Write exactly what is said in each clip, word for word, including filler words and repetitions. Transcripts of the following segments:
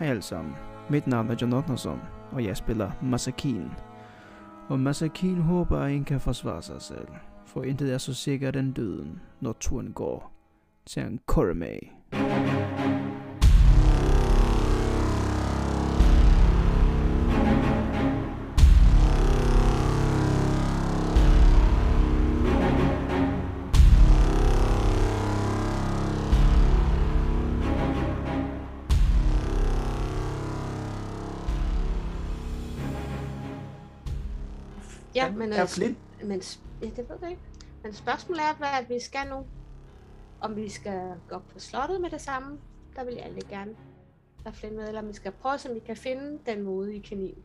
Hej alle sammen, mit navn er John Otnersson, og jeg spiller Masakin. Og Masakin håber, at en kan forsvare sig selv, for intet er så sikkert end døden, når turen går til en Koromei. Ja, men, er Flint? men ja, det ved jeg ikke. Men spørgsmålet er, hvad vi skal nu. Om vi skal gå op på slottet med det samme. Der vil jeg egentlig gerne have Flint med. Eller om vi skal prøve, så vi kan finde den modige kanin.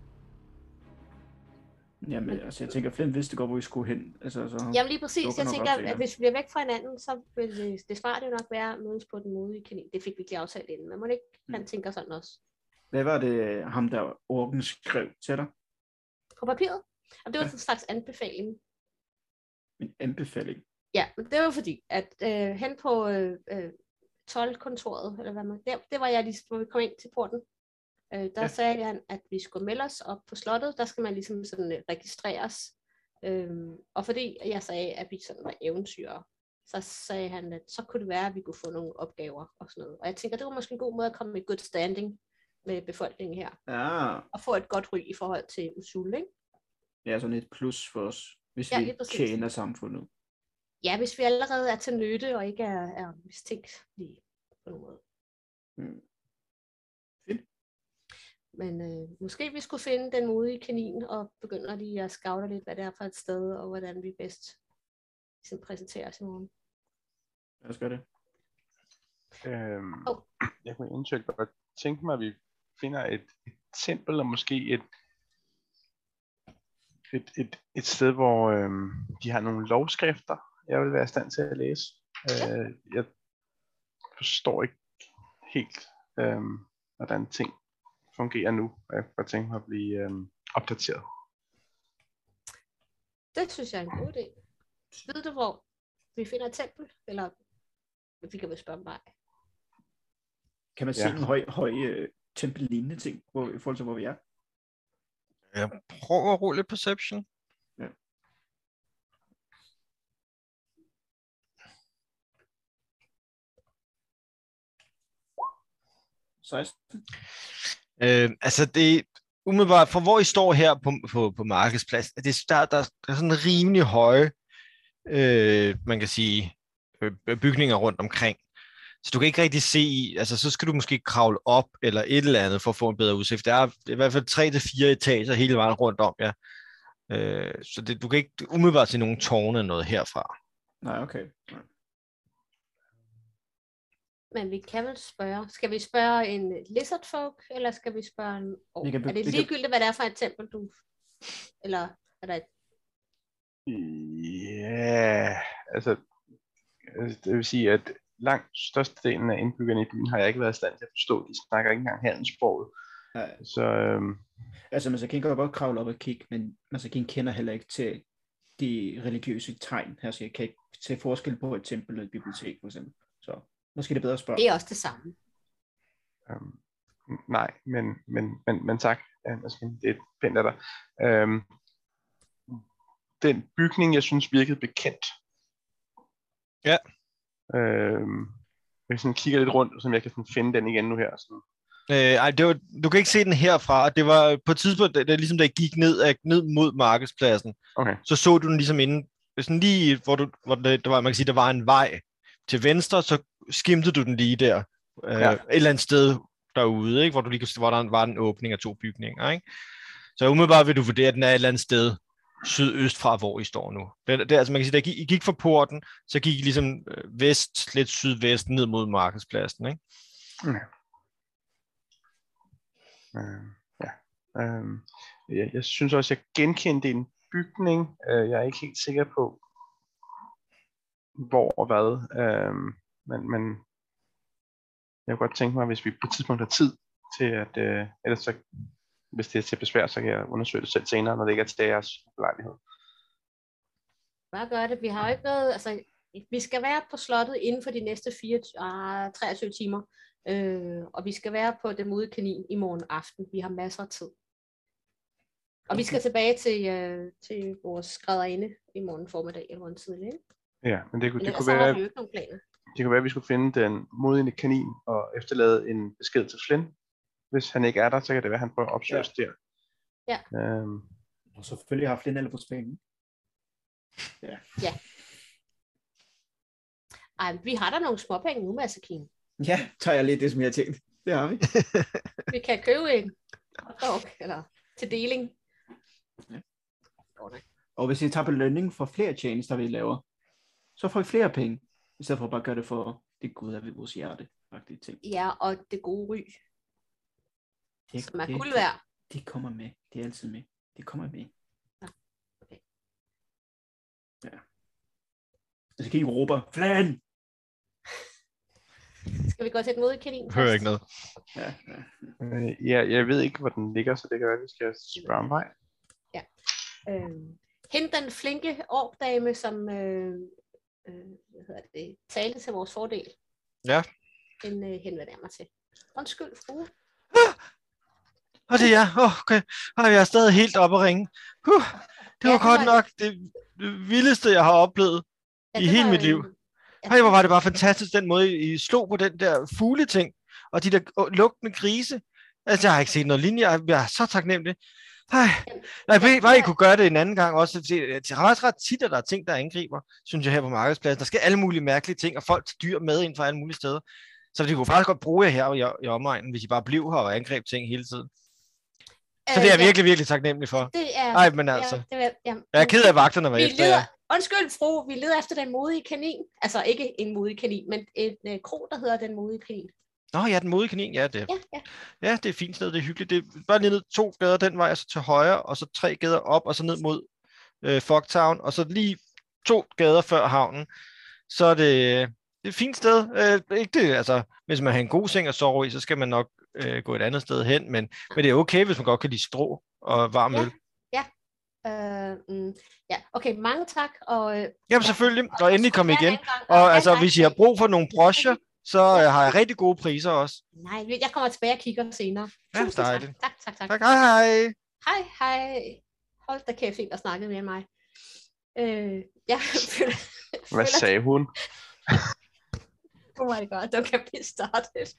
Jamen, men, altså jeg tænker, Flint vidste godt, hvor vi skulle hen. Altså, så jamen lige præcis. Jeg tænker, at hvis vi bliver væk fra hinanden, så vil det, det svarer det jo nok være at mødes på den modige kanin. Det fik vi ikke aftalt inden. Men må ikke, mm. han tænker sådan også. Hvad var det, ham der orken skrev til dig? På papiret? Og det var ja. En slags anbefaling. En anbefaling? Ja, men det var fordi, at øh, hen på øh, øh, toldkontoret, eller hvad man, der, det var jeg lige, hvor vi kom ind til porten. Øh, der ja. Sagde han, at vi skulle melde os op på slottet. Der skal man ligesom sådan øh, registreres. Øhm, og fordi jeg sagde, at vi sådan var eventyrer, så sagde han, at så kunne det være, at vi kunne få nogle opgaver og sådan noget. Og jeg tænker, det var måske en god måde at komme i good standing med befolkningen her. Ja. Og få et godt ry i forhold til Usul, ikke? Ja, sådan et plus for os, hvis ja, vi tjener samfundet. Ja, hvis vi allerede er til nytte og ikke er, er mistænkelige på nogen måde. Mm. Fint. Men øh, måske vi skulle finde den modige kanin og begynde lige at scoute lidt, hvad det er for et sted, og hvordan vi bedst ligesom, præsenterer os i morgen. Lad os gøre det. Øhm, oh. Jeg kunne eventuelt godt tænke mig, at vi finder et, et tempel, og måske et Et, et, et sted, hvor øhm, de har nogle lovskrifter, jeg vil være i stand til at læse. Ja. Øh, jeg forstår ikke helt, øhm, hvordan ting fungerer nu, og jeg kunne godt tænke mig at blive øhm, opdateret. Det synes jeg er en god idé. Ved du, hvor vi finder et tempel? Eller vi kan vel spørge mig. Kan man se ja. en høj, høj uh, tempellignende ting, hvor, i forhold til, hvor vi er? Jeg prøver at rulle perception. Ja. seksten. Øh, altså det umiddelbart, for hvor I står her på, på, på markedsplads, det, der, der, der er sådan rimelig høje, øh, man kan sige, øh, bygninger rundt omkring. Så du kan ikke rigtig se, altså så skal du måske kravle op eller et eller andet for at få en bedre udsigt. Der er i hvert fald tre til fire etager hele vejen rundt om, ja. Øh, så det, du kan ikke umiddelbart se nogen tårne eller noget herfra. Nej, okay. Nej. Men vi kan vel spørge, skal vi spørge en lizard folk, eller skal vi spørge en ork? Vi kan, er det vi ligegyldigt, kan... hvad det er for et tempel, du... Eller er der et... Ja, altså, det vil sige, at langt størstedelen af indbyggerne i byen har jeg ikke været i stand til at forstå. De snakker ikke engang handelssproget. Nej. Så, øhm... Altså, Masakin kan godt kravle op og kigge, men Masakin kender heller ikke til de religiøse tegn. Altså, jeg kan ikke se forskel på et tempel eller et bibliotek, for eksempel. Så måske det er bedre at spørge. Det er også det samme. Øhm, nej, men, men, men, men tak. Masakin, det er pænt af dig. Øhm, den bygning, jeg synes virkede bekendt. Ja. Øhm, jeg sådan kigger lidt rundt, så jeg kan sådan finde den igen nu her. Sådan. Øh, ej, det var, du kan ikke se den herfra. Det var på et tidspunkt, det, det, ligesom da jeg gik ned, ned mod markedspladsen, okay. Så så du den ligesom inde, sådan lige, hvor, du, hvor det, der var, man kan sige, der var en vej til venstre, så skimtede du den lige der, øh, ja. Et eller andet sted derude, ikke? Hvor, du lige, hvor der var en åbning af to bygninger. Ikke? Så umiddelbart vil du vurdere, at den er et eller andet sted sydøst fra, hvor I står nu. Det, det, altså man kan sige, da I gik, I gik fra porten, så gik I ligesom vest, lidt sydvest, ned mod markedspladsen, ikke? Okay. Uh, ja. Uh, jeg, jeg synes også, jeg genkendte en bygning. Uh, jeg er ikke helt sikker på, hvor og hvad. Uh, men, men jeg kunne godt tænke mig, hvis vi på et tidspunkt har tid til at, uh, ellers så, hvis det er til besvær, så kan jeg undersøge det selv senere, når det ikke er til jeres lejlighed. Bare gør det. Vi har jo ikke noget, altså, vi skal være på slottet inden for de næste fire, ah, treogtyve timer. Øh, og vi skal være på Den Modige Kanin i morgen aften. Vi har masser af tid. Og vi skal tilbage til, øh, til vores skrædderinde i morgen formiddag eller morgen tidlig. Ikke? Ja, men det, kunne- Men det ellers kunne så har være, vi jo ikke nogen planer. det kunne være, at vi skulle finde den modige kanin og efterlade en besked til Flynn. Hvis han ikke er der, så kan det være, at han prøver at opsøge os der. Ja. Øhm, Og selvfølgelig har Flynn alle på spængen. Ej, vi har der nogle småpenge nu, Masakine. Ja, tager jeg lidt det, som jeg har tænkt. Det har vi. Vi kan købe en hotdog, eller til deling. Ja. Og hvis I tager belønning for flere tjenester, vi laver, så får I flere penge, i stedet for bare at gøre det for det gode af vores hjerte. Ting. Ja, og det gode ry, Det, som er det, guld værd. De kommer med. De er altid med. De kommer med. Ja. Okay. Ja. Så kan I råbe, Flynn! Skal vi gå til Den Modige Kanin? Hører ikke noget. Ja, ja. øh, ja, jeg ved ikke, hvor den ligger, så det kan være, at vi skal spørge om vej. Øh, hende den flinke orkdame, som øh, øh, hvad hedder det, talte til vores fordel. Ja. Den øh, henvender jeg mig til. Undskyld, frue. Og det er jeg. Oh, okay. Ej, jeg er stadig helt oppe at ringe. Uh, det var Ja, godt det var- nok det, det vildeste, jeg har oplevet Ja, i det hele var, mit liv. øh, ja, Ej, hvor var det bare fantastisk, den måde, I slog på den der fugleting, og de der øh, lugtende grise. Altså, jeg har ikke set noget lignende. Jeg jeg er så taknemmelig. Ej, nej, Ja, bare I ja. kunne gøre det en anden gang også. fordi Det er ret, ret tit, at der er ting, der angriber, synes jeg, her på markedspladsen. Der skal alle mulige mærkelige ting, og folk tager dyr med ind fra alle mulige steder. Så de kunne faktisk godt bruge jer her i, i omegnen, hvis I bare blev her og angreb ting hele tiden. Så det er jeg ja, virkelig, virkelig taknemmelig for. Det er, Ej, men altså. Ja, det er, ja, Jeg er ked af, at vagterne var vi efter leder, jer. undskyld, fru, vi leder efter Den Modige Kanin. Altså ikke en modig kanin, men en uh, kro, der hedder Den Modige Kanin. Nå ja, den modige kanin, ja, det er, Ja, ja. ja, det er et fint sted, det er hyggeligt. Det er bare lige ned to gader den vej, og så til højre, og så tre gader op, og så ned mod øh, Fogtown, og så lige to gader før havnen. Så er det, det er et fint sted. Øh, ikke det, altså, hvis man har en god seng at sove i, så skal man nok øh, gå et andet sted hen, men, men det er okay, hvis man godt kan lide strå og varm Ja. øl. Uh, mm, ja, okay, mange tak. Og, øh, Jamen selvfølgelig, og endelig kom ja, igen. en gang, Og ja, altså, nej, hvis I har brug for nogle brocher, så Ja. øh, har jeg rigtig gode priser også. Nej, jeg kommer tilbage og kigger senere. Ja, Tusind dejligt. tak. Tak, tak, tak. Tak, hej hej. Hej, hej. Hold da kæft, en, der snakkede mere end mig. Øh, jeg føler... Hvad føler- sagde hun? Oh my god, don't get me started.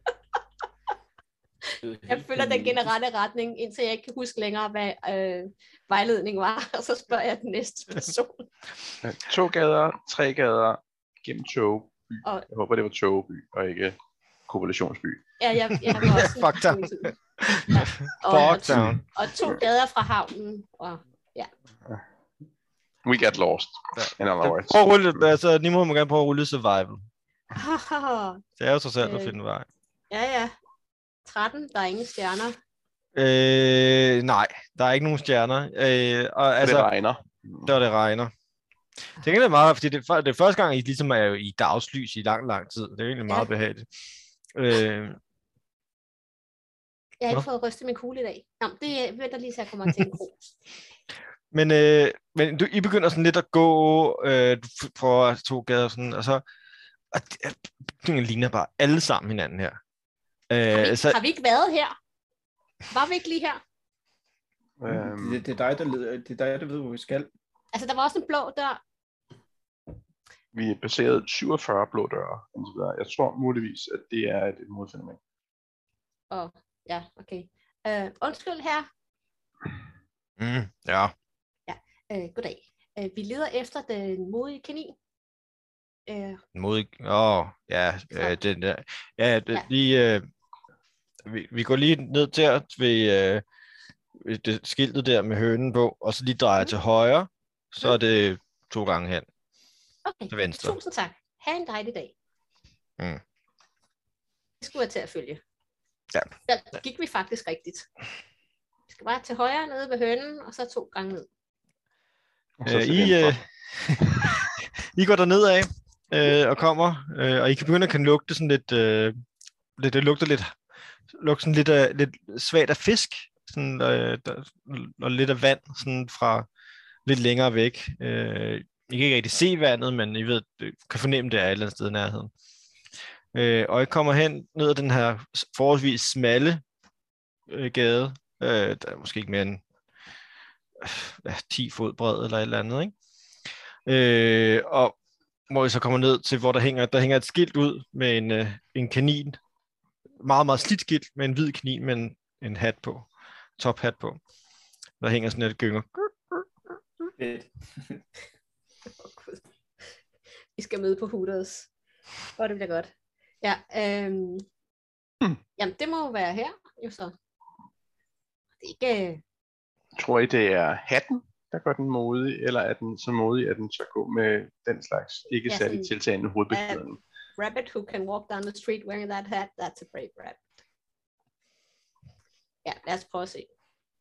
Jeg følger den generelle retning, indtil jeg ikke kan huske længere, hvad øh, vejledning var, og så spørger jeg den næste person. Ja, To gader, tre gader gennem Togeby. Og- Jeg håber, det var Togeby, og ikke Kopulationsby. Ja, jeg, jeg var også... Fuck down. Ja, og, Fuck down. og to gader fra havnen, og We get lost. In other words. Prøv at rulle, altså, Nimo må gerne prøve at rulle survival. Det er jo så selv at Øh. finde vej. ja, ja. tretten, der er ingen stjerner. Øh, nej, der er ikke nogen stjerner. Øh, og, Altså, altså, det regner. der det regner. Det er egentlig meget, fordi det, er- det er første gang, I ligesom er jo i dagslys i lang, lang tid. Det er egentlig meget Ja. behageligt. Øh, Jeg har Nå. ikke fået rystet min kugle i dag. Nå, det øh, venter lige, så jeg kommer til en kro. men øh, men du, I begynder sådan lidt at gå øh, du f- prøver to gader sådan, og så og det- bygningerne ligner bare alle sammen hinanden her. Har Øh, vi, så, har vi ikke været her? Var vi ikke lige her? Øhm, Det, det, er dig, der leder, det er dig, der ved, hvor vi skal. Altså, der var også en blå dør. vi er baseret syvogfyrre blå døre. og så videre. Jeg tror muligvis, at det er et, et modfænomen. Og ja, okay. Øh, undskyld her. mm, ja. Øh, goddag. Øh, vi leder efter Den Modige Kanin. Øh, Mod, åh, ja, øh, den der. Ja, det, Ja. lige, øh, vi, vi går lige ned der ved, øh, ved det skiltet der med hønen på, og så lige drejer Mhm. til højre, så er det to gange hen okay, til venstre. tusind tak. Ha' en dejlig dag. Mm. Det skulle jeg til at følge. Ja. Der gik vi faktisk rigtigt. Vi skal bare til højre nede ved hønen, og så to gange ned. Og så Øh, til I, venstre. øh, I går derned af øh, og kommer, øh, og I kan begynde at kan lugte sådan lidt, øh, lidt det lugter lidt, lugter sådan lidt, af, lidt svagt af fisk, sådan, øh, der, og lidt af vand sådan fra lidt længere væk. Øh, I kan ikke rigtig se vandet, men I ved, I kan fornemme det er et eller andet sted i nærheden. Øh, og I kommer hen ned ad den her forholdsvis smalle øh, gade. Øh, der er måske ikke mere end øh, ti fod bred eller et eller andet, ikke? Øh, og hvor I så kommer ned til, hvor der hænger, der hænger et skilt ud med en, øh, en kanin. Meget, meget slidt skilt med en hvid kanin med en, en hat på. Tophat på. Der hænger sådan et gynger. Fedt. Åh, Gud. Vi skal møde på Hooters. Åh, det bliver godt. Ja, øhm, Hmm. jamen det må jo være her, jo så. Det er ikke... øh, Tror I, det er hatten, der gør den modig, eller er den så modig, at den så gå med den slags ikke Ja, særligt sådan- tiltagende hovedbeklædning? Rabbit who can walk down the street wearing that hat, that's a brave rabbit. Ja, lad os prøve at se.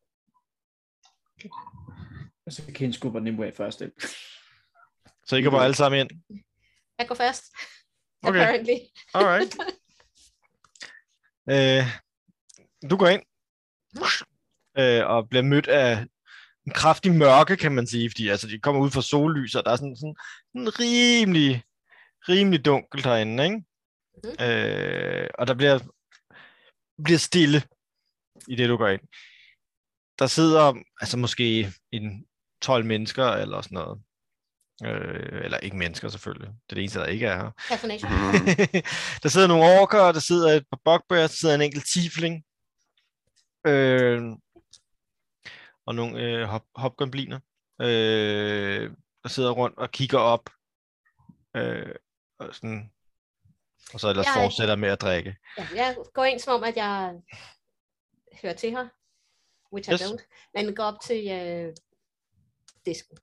Og så kan en skubber Nimue først. Ikke? Så I kan bare alle sammen ind. Jeg går først. Okay. Apparently. Alright. øh, du går ind. Øh, og bliver mødt af en kraftig mørke, kan man sige, fordi altså, de kommer ud fra sollys, og der er sådan, sådan, sådan rimelig, rimelig dunkelt herinde, ikke? Mhm. Øh, og der bliver, bliver stille i det, du går ind. Der sidder altså måske en tolv mennesker eller sådan noget. Øh, eller ikke mennesker selvfølgelig. Det er det eneste, der ikke er her. Fascination. Der sidder nogle orker, der sidder et par bugbears, der sidder en enkelt tiefling. Øh, og nogle øh, hop, hopgobliner, øh, der sidder rundt og kigger op. Øh, og, sådan, og så ellers Jeg er- fortsætter med at drikke. Ja, jeg går ind som om, at jeg hører til her. Which Yes. I don't. Men går op til øh, disken.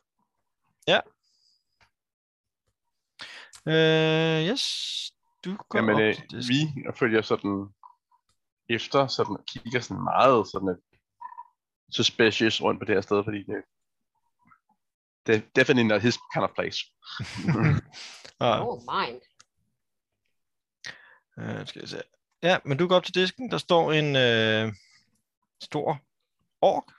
Øh, yes, du går Jamen, op øh, til disken. vi følger sådan efter, sådan og kigger sådan meget sådan et suspicious rundt på det her sted, fordi det det er definitely not his kind of place. Ah, Oh, mine. øh, skal jeg se. Ja, men du går op til disken. Der står en øh, stor ork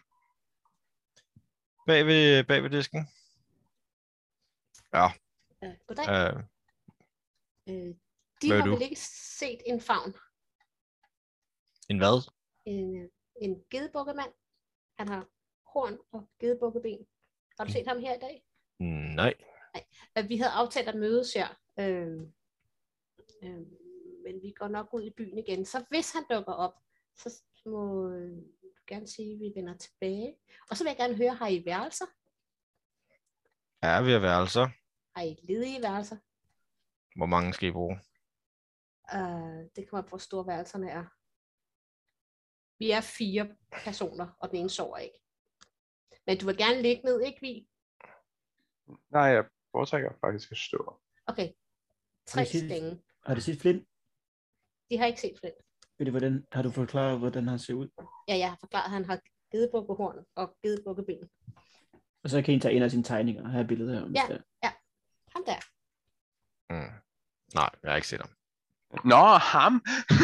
bag ved, bag ved disken. Ja, Uh, goddag. øh, Øh, de hvad er har du? vel ikke set en favn. en hvad? En, øh, en gedebukkemand. Han har horn og gedebukkeben. Har du set ham her i dag? Nej. At vi havde aftalt at mødes her. Øh, øh, men vi går nok ud i byen igen. Så hvis han dukker op, så må øh, du gerne sige, at vi vender tilbage. Og så vil jeg gerne høre, har I værelser? Er vi at værelser? Har I ledige værelser? Hvor mange skal I bruge? Uh, det kommer på, hvor store værelserne er. Vi er fire personer, og den ene sover ikke. Men du vil gerne ligge ned, ikke vi? Nej, jeg foretrækker faktisk at stå. Okay. Tre Vil I sige- stænge. Har du set Flint? De har ikke set Flint. Ved du, hvordan, har du forklaret, hvordan han ser ud? Ja, jeg har forklaret, at han har gedebukkehorn og gedebukkeben. Og så kan I tage en af sine tegninger. Her er billedet her. Hvis Ja. det er. Ham der. Mm. Nej, jeg har ikke set ham. Nå, ham!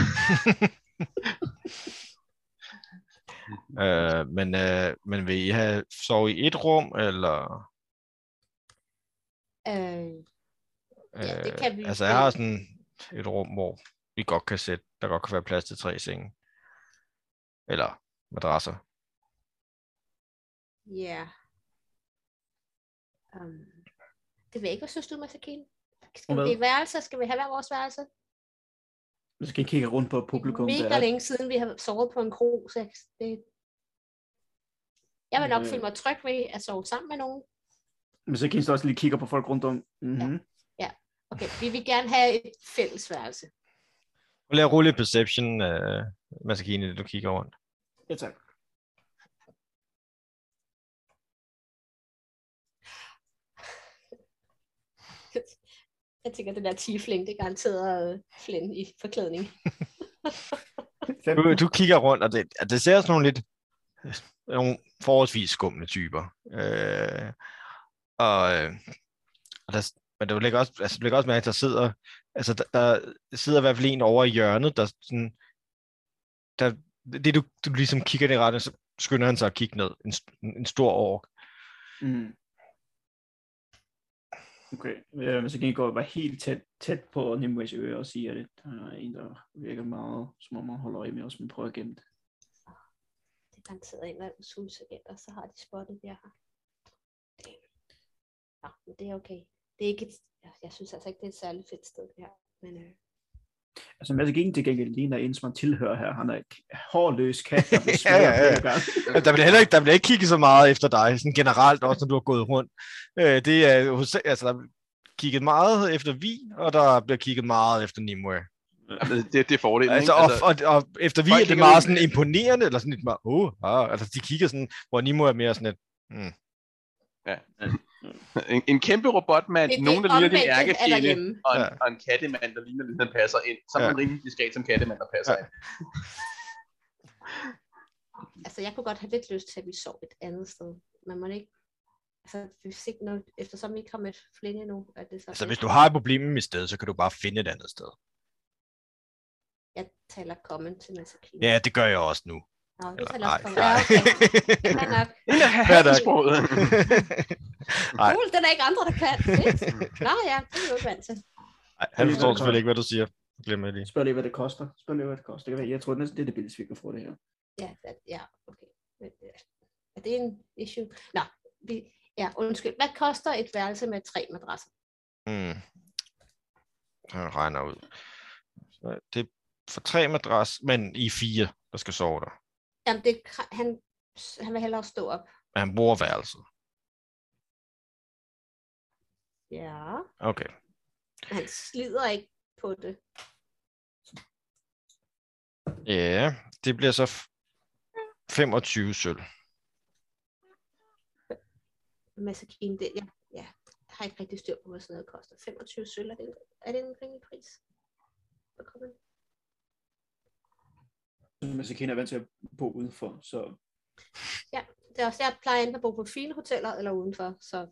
Øh, men, øh, men vil I have sovet i et rum, eller? Øh, Ja, det kan vi altså, jeg har sådan et rum, hvor vi godt kan sætte, der godt kan være plads til tre senge. Eller madrasser. Ja. Um, det vil jeg ikke, hvad synes du, Masakine? Skal Hvad? vi et værelse? Skal vi have hver vores værelse? Nu skal I kigge rundt på publikum. Mega der er. længe siden, vi har sovet på en kro, så det... Jeg vil nok Øh. føle mig tryg ved at sove sammen med nogen. Men så kan I så også lige kigge på folk rundt om. Mm-hmm. Okay, vi vil gerne have et fælles værelse. Og lad rulle perception, uh, Masakine, det du kigger rundt. Ja, tak. Jeg tænker, det der tiefling, det er garanteret uh, Flynn i forklædning. Du, du kigger rundt, og det, at det ser sådan nogle lidt nogle forholdsvis skumle typer. Øh, og, øh, og der, men du lægger også, altså, du lægger også mærke, at der sidder, altså, der, der sidder i hvert fald en over i hjørnet, der sådan, der, det du, du ligesom kigger i det rette, så skynder han sig at kigge ned, en, en stor ork. Mm. Okay, øh, men så kan jeg godt være helt tæt, tæt på Nimues øre og sige, at der er en, der virker meget, som om man holder øje med os, men prøver at gemme det. Det er garanteret en af Sulls agenter, så har de spottet det her. Ja, men det er okay. Det er ikke et, jeg, jeg synes altså ikke, det er et særligt fedt sted, det her. Men, øh... Altså, Mads Gegen til gengæld ligner en, som man tilhører her. Han er en hårløs kat, der bliver ja, ja, ja. ja. Der bliver heller ikke, der bliver ikke kigget så meget efter dig, sådan generelt også, når du har gået rundt. Øh, det er, altså, der bliver kigget meget efter vi, og der bliver kigget meget efter Nimue. Altså, det, det er fordelen, altså, ikke? og, Altså, og, og efter vi er det meget sådan imponerende, eller sådan lidt meget, åh, oh, ah, altså de kigger sådan, hvor Nimue er mere sådan et, hmm. Ja. En, en kæmpe robotmand, det, nogen der ligner din ærkefjende, og, en, ja. og en kattemand, der ligner, at han passer ind. Så er man ja. rimelig diskret som kattemand, der passer ja. ind. Altså, jeg kunne godt have lidt lyst til, at vi sov et andet sted. Man må ikke, altså, hvis ikke noget, eftersom vi ikke har mødt flere endnu, er det så... Altså, hvis du har et problem med mit sted, så kan du bare finde et andet sted. Jeg taler common til Masakine. Ja, det gør jeg også nu. Nå, du taler også common. Ja, okay. Det er nok. Hvad er der sproget? Cool, den er ikke andre, der kan. Fedt. Nå ja, det er jo ikke vant til. Nej, han forstår selvfølgelig ikke, hvad du siger. Glemmer jeg lige. Spørg lige, hvad det koster. Spørg lige, hvad det koster. Jeg tror næsten, det er det billigste, vi kan få det her. Ja, det, ja, okay. Men, er det en issue? Nå, vi, ja, undskyld. Hvad koster et værelse med tre madrasser? Hmm. Jeg regner ud. Så det er for tre madras, men i fire, der skal sove der. Jamen, det, han, han vil hellere stå op. Men han bruger værelset. Ja. Okay. Han slider ikke på det. Ja, det bliver så femogtyve sølv. Masakine, det, ja, ja. Jeg har ikke rigtig styr på, hvad sådan noget koster. femogtyve sølv, er det, er det en rimelig pris? Masakine er vant til at bo udenfor, så... Ja, det er også, jeg plejer enten at bo på fine hoteller eller udenfor, så...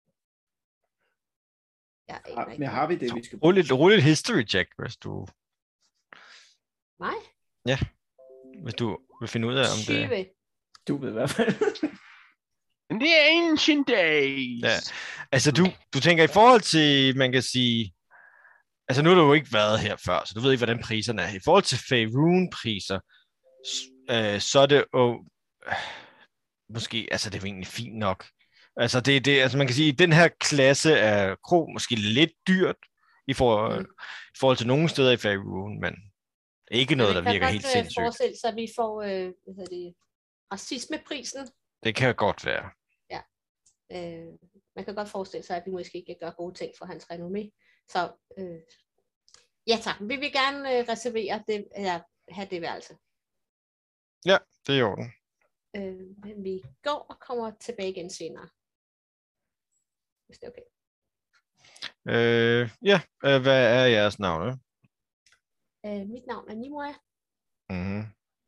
Jeg har, men har vi det, vi skal... Rulligt, rulligt history check, hvis du... Mig? Ja, hvis du vil finde ud af, om det... tyve. Du ved i hvert fald. The ancient days. Ja, altså du, du tænker i forhold til, man kan sige... Altså nu har du jo ikke været her før, så du ved ikke, hvordan priserne er. I forhold til Faerun-priser, øh, så er det jo... Øh, måske, altså det er jo egentlig fint nok. Altså, det, det, altså man kan sige, at den her klasse er kro måske lidt dyrt i, for, mm. i forhold til nogle steder i Faerun, men ikke noget, der virker helt sindssygt. Man kan godt forestille sig, at vi får øh, hvad hedder det, racismeprisen. Det kan godt være. Ja. Øh, man kan godt forestille sig, at vi måske ikke gør gode ting for hans renommé. Så øh, ja tak, vi vil gerne øh, reservere det, eller have det værelse. Ja, det er i orden. Øh, men vi går og kommer tilbage igen senere. Hvis det er okay. Øh, ja, øh, hvad er jeres navn? Øh, mit navn er Nimue. Mhm.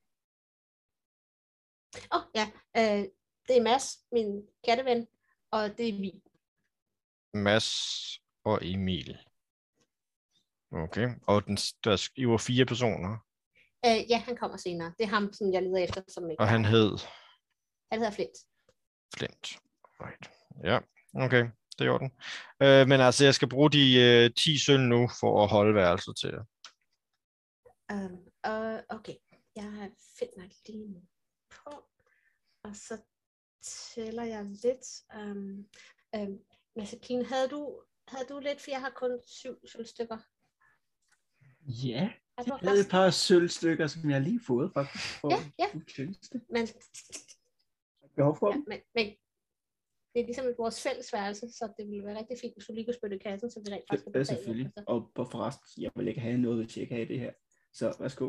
Åh, oh, ja. Øh, det er Mads, min katteven, og det er vi. Mads og Emil. Okay, og den, der, I var fire personer? Øh, ja, han kommer senere. Det er ham, som jeg leder efter. Som ikke og han hed? Han hedder Flint. Flint, right. Ja, okay, det er i orden. Øh, men altså, jeg skal bruge de øh, ti sølv nu for at holde værelset til jer. Um, uh, okay, jeg finder lige på, og så tæller jeg lidt. Um, um, Masakine, havde du, havde du lidt, for jeg har kun syv sølvstykker. Ja, jeg havde et par sølvstykker, som jeg har lige fået faktisk. For ja, ja. Men, behov for ja, men, men det er ligesom vores fællesværelse, så det ville være rigtig fint, hvis du lige kunne spytte kassen, så vi rent faktisk kan betale. Ja, selvfølgelig. Og, og forresten, jeg vil ikke have noget, hvis jeg ikke har det her. Så værsgo.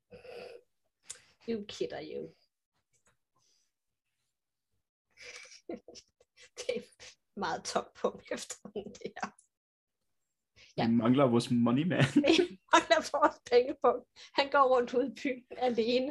You kidder you. Det er meget top punkt efter det her. Ja. Vi mangler vores money man. Vi mangler vores pengepunkt. Han går rundt ude i byen alene.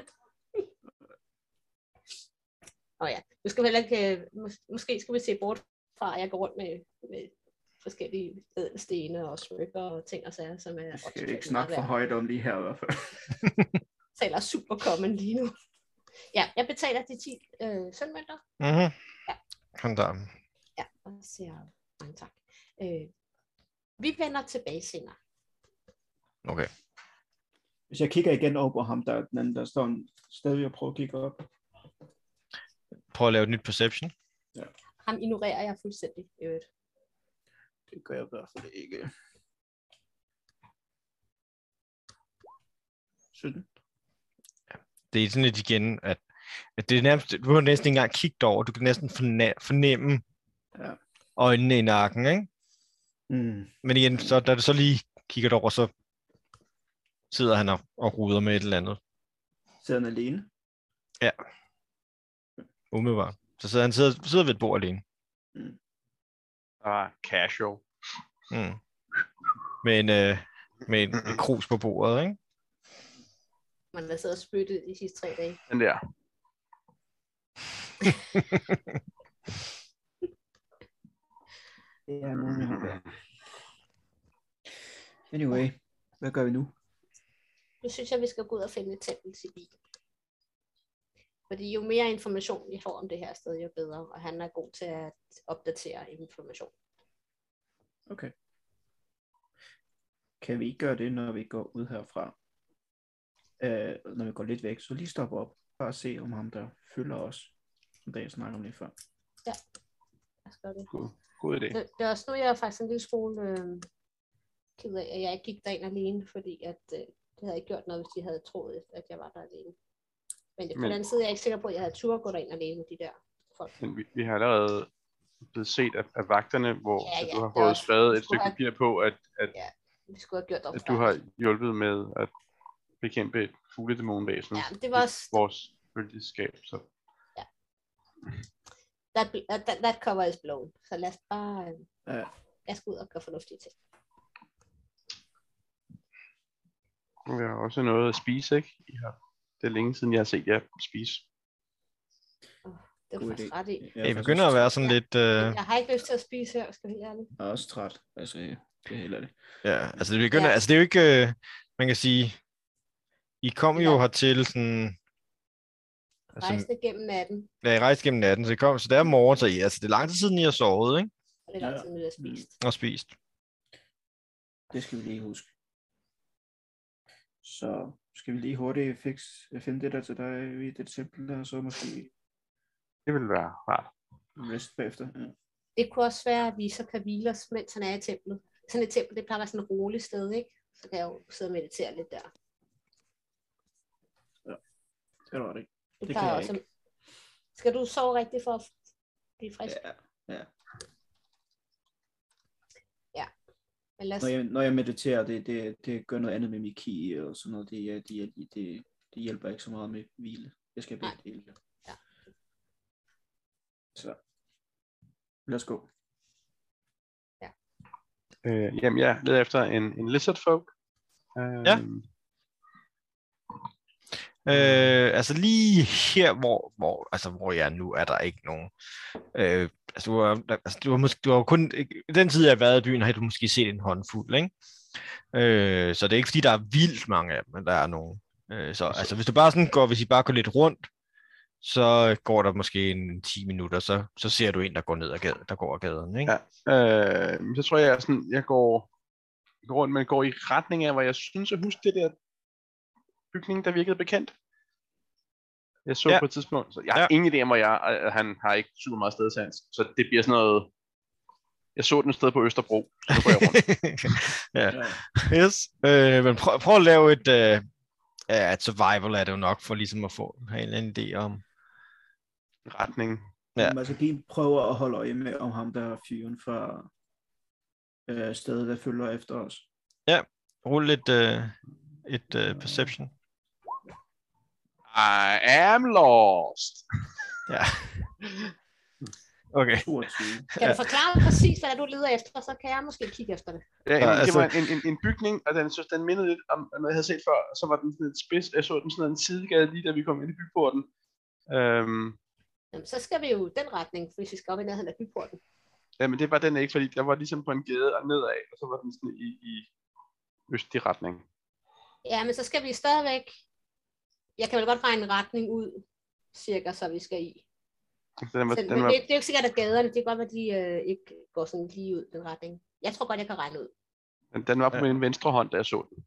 Åh ja, nu skal vi heller ikke, mås- måske skal vi se bort fra, at jeg går rundt med, med forskellige ædelstene og smykker og ting og sager, som er... Vi skal ikke snakke for højt om lige her i hvert fald. Taler super common lige nu. Ja, jeg betaler de ti øh, sølvmønter. Mhm. Ja. Han der. Ja, og siger mange tak. Øh, vi vender tilbage senere. Okay. Hvis jeg kigger igen over på ham, der, den anden, der står en, stadig og prøver at kigge op. Prøv at lave et nyt perception. Ham ignorerer jeg fuldstændig. i øvrigt. Det gør jeg i hvert fald ikke. sytten. Det er sådan lidt igen, at, at det er nærmest, du har næsten ikke engang kigget over, du kan næsten forna- fornemme Ja. øjnene i nakken, ikke? Mm. Men igen, så, da du så lige kigger over, så sidder han og, og ruder med et eller andet. Sidder han alene? Ja. Umiddelbart. Så sidder han sidder, sidder ved et bord alene. Mm. Ah, casual. Mm. Med en, øh, med en, en krus på bordet, ikke? Man har siddet og spyttet de sidste tre dage. Den der. Det er nogen, jeg har været. Anyway, hvad gør vi nu? Nu synes jeg, vi skal gå ud og finde et tempel til bilen. Fordi jo mere information vi får om det her sted, jo bedre. Og han er god til at opdatere information. Okay. Kan vi ikke gøre det, når vi går ud herfra? Øh, når vi går lidt væk, så lige stoppe op. Bare se om ham, der følger os. Som jeg snakker om lige før. Ja, jeg skal gøre det. God, god idé. Det, det er også nu, jeg er faktisk en lille smule øh, ked af, at jeg ikke gik derind alene, fordi at, øh, det havde ikke gjort noget, hvis de havde troet, at jeg var der alene. Men det, på Men- den anden side er jeg ikke sikker på, at jeg havde tur at gå derind alene med de der folk. Men vi, vi har allerede blevet set af, af vagterne, hvor Ja, ja, ja, du har det er fået også- skrevet du et skulle stykke have- papir på, at, at, Vi skulle have gjort det at du har hjulpet med at bekæmpe et fugledæmonvæsen Ja, det var i også... vores følgeskab. Så That, that, that cover is blown. Så lad os bare... Øh, Ja. lad os gå ud og gøre fornuftige ting. vi har også noget at spise, ikke? I har, det er længe siden, jeg har set jer spise. Det er God du faktisk idé. ret i. Jeg Jeg er begynder at være sådan Ja. lidt... Øh, Jeg har ikke lyst til at spise her, skal jeg være ærlig. Jeg er også træt. Altså, det er heller det. ja, altså det begynder... Ja. Altså det er jo ikke... Øh, man kan sige... I kom jo Ja. hertil sådan... Altså, Rejsende gennem natten, ja, I rejste gennem natten, så I kom... Så det er morgen, så I, altså det er lang tid siden, I har sovet, ikke? og det er lang Ja. tid, vi har spist. Og spist. Det skal vi lige huske. Så skal vi lige hurtigt fix, finde det der til dig i det tempel der, og så måske Det ville være rart. rest bagefter. Ja. Det kunne også være, at vi så kan hvile os, mens han er i templet. Sådan et tempel, det plejer at være sådan et roligt sted, ikke? Så kan jeg jo sidde og meditere lidt der. Det er du ret i. Det, Det det kan jeg også. Skal du sove rigtigt for at blive frisk? Ja. Ja. Men lad os... Når jeg, når jeg mediterer, det, det, det gør noget andet med min ki og sådan noget. Det, det, det, det, det hjælper ikke så meget med hvile. Jeg skal begge dele. Ja. Så lad os gå. Øh, jamen, jeg leder efter en, en lizard folk. Øh, Ja. Øh, altså lige her, hvor, hvor, altså, hvor jeg er nu, er der ikke nogen. Øh, altså, du har, altså, du har måske, du har kun, i den tid, jeg har været i byen, har du måske set en håndfuld, ikke? Øh, så det er ikke fordi, der er vildt mange af dem, men der er nogen. Øh, så altså, hvis du bare sådan går, hvis I bare går lidt rundt, så går der måske en ti minutter, så, så ser du en, der går ned ad gaden, der går ad gaden, ikke? Ja. Øh, så tror jeg, jeg, sådan, jeg går, går rundt, men går i retning af, hvor jeg synes, at huske det der bygning, der virkede bekendt. Jeg så Ja. ja. på et tidspunkt, så jeg har Ja. ja. ingen idé om, hvor jeg er. Han har ikke super meget stedsans, så det bliver sådan noget... Jeg så den et sted på Østerbro, så nu går jeg rundt. Ja. Ja. Yes. Øh, men prøv, prøv at lave et, øh, ja, et survival er det jo nok, for ligesom at få have en eller anden idé om. Retning. Ja. Ja. Altså, de prøver at holde øje med, om ham der er fyren fra øh, stedet, der følger efter os. Rul lidt øh, et øh, perception. I am lost. Ja. Okay. toogtyve. Kan du forklare præcis, hvad du leder efter, så kan jeg måske kigge efter det. Ja, Ja, ja, det altså- var en, en, en bygning, og den, synes, den mindede lidt om noget, jeg havde set før. Så var den sådan et spids, jeg så den sådan en sidegade lige da vi kom ind i byporten. Øhm, Jamen, så skal vi jo den retning, hvis vi skal op i nærheden af byporten. ja, men det var den ikke, fordi der var ligesom på en gade og nedad, og så var den sådan i, i østlig retning. Ja, men så skal vi stadigvæk... Jeg kan vel godt regne en retning ud, cirka, så vi skal i. Den var, Så, den men var, det, det er jo ikke sikkert, at gaderne, det kan godt være, at de øh, ikke går sådan lige ud i den retning. Jeg tror godt, jeg kan regne ud. den, den var på Ja. min venstre hånd, da jeg så den.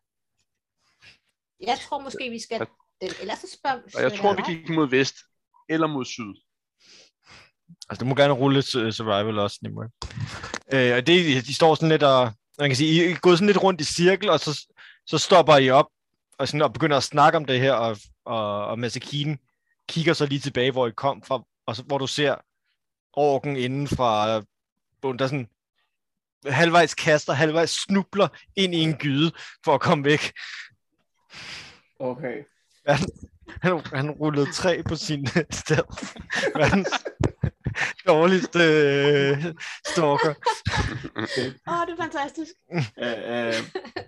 Jeg tror måske, vi skal... Den, ellers så spørger Og jeg tror, vi gik mod vest eller mod syd. Altså, du må gerne rulle lidt uh, survival også, Nimue. Øh, og det, de står sådan lidt og... Man kan sige, I er gået sådan lidt rundt i cirkel, og så, så stopper I op og, sådan, og begynder at snakke om det her, og, og, og Masakine kigger så lige tilbage, hvor I kom fra, og så, hvor du ser orken inden fra... Der sådan halvvejs kaster, halvvejs snubler ind i en gyde for at komme væk. Okay. Han, han, han rullede tre på sin sted. Verdens dårligste øh, stalker. Åh, oh, det er fantastisk. Øh, øh,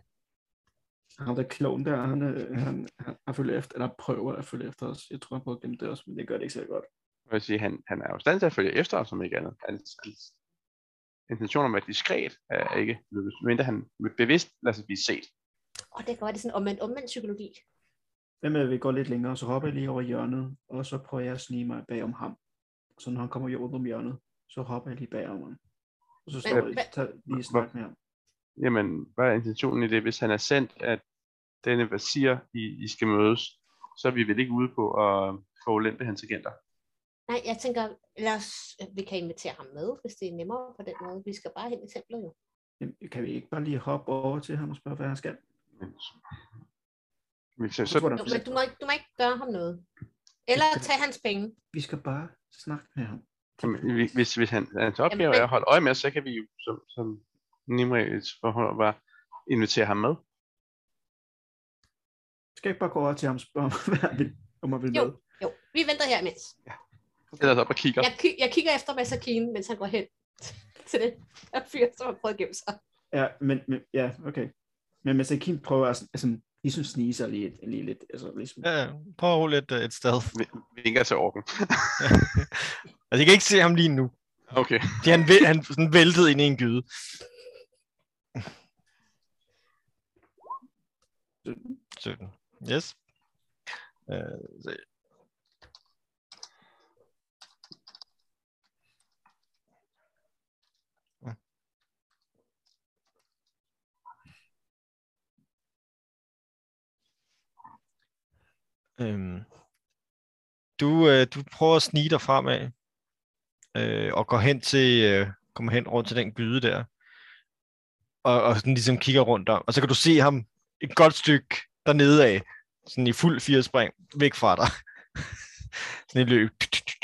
ham der kloven der, han, øh, han, han, han følger efter, eller prøver at følge efter os. Jeg tror, han prøver at glemme det også, men det gør det ikke så godt. Jeg vil sige, han, han er jo i stand til at følge efter os, som ikke andet. Hans, hans intention om at være diskret er ikke lykkedes, mindre han bevidst lader sig blive set. Og det kan være, det er sådan omvendt, omvendt psykologi. Hvem er vi går lidt længere, så hopper jeg lige over hjørnet, og så prøver jeg at snige mig bag om ham. Så når han kommer rundt om hjørnet, så hopper jeg lige bag om ham. Og så står Men- jeg lige, tager lige snak med ham. Jamen, hvad er intentionen i det? Hvis han er sendt, at denne vasir, I, I skal mødes, så er vi vel ikke ude på at forulente hans agenter. Nej, jeg tænker, lad os, vi kan invitere ham med, hvis det er nemmere på den måde. Vi skal bare hen i templet jo. Jamen, kan vi ikke bare lige hoppe over til ham og spørge, hvad han skal? Men, så, så, Jeg så, tror, Jo, der- men du må, ikke, du må ikke gøre ham noget. Eller tage hans penge. Vi skal bare snakke med ham. jamen, vi- hvis, hvis han, hans opgave Jamen, men- er at holde øje med os, så kan vi jo, som, som Nimreds forhold var, invitere ham med. Skal jeg ikke bare gå over til ham og spørge, hvad han vil, om han vil med? Jo, jo. Vi venter her imens. Sætter os op og kigger. Jeg, ki- jeg kigger efter Masakine, mens han går hen til det der fyr, som har prøvet at gemme sig. Ja, men, men ja, okay. Men Masakin prøver at sådan- altså, ligesom snige sig lige, lige lidt. Altså, ligesom, Ja, ja. Prøv at rulle et, øh, et stealth. Vi vinker til orken. Altså, jeg kan ikke se ham lige nu. Okay. Fordi han, væ- han sådan væltede ind i en gyde. sytten. Yes. Uh, så. Mm. Øhm. Du, øh, du prøver at snige dig fremad, øh, og går hen til, øh, kommer hen rundt til den gyde der, og, og sådan ligesom kigger rundt om, og så kan du se ham et godt stykke dernede af, sådan i fuld firespring, væk fra dig. Sådan et løb.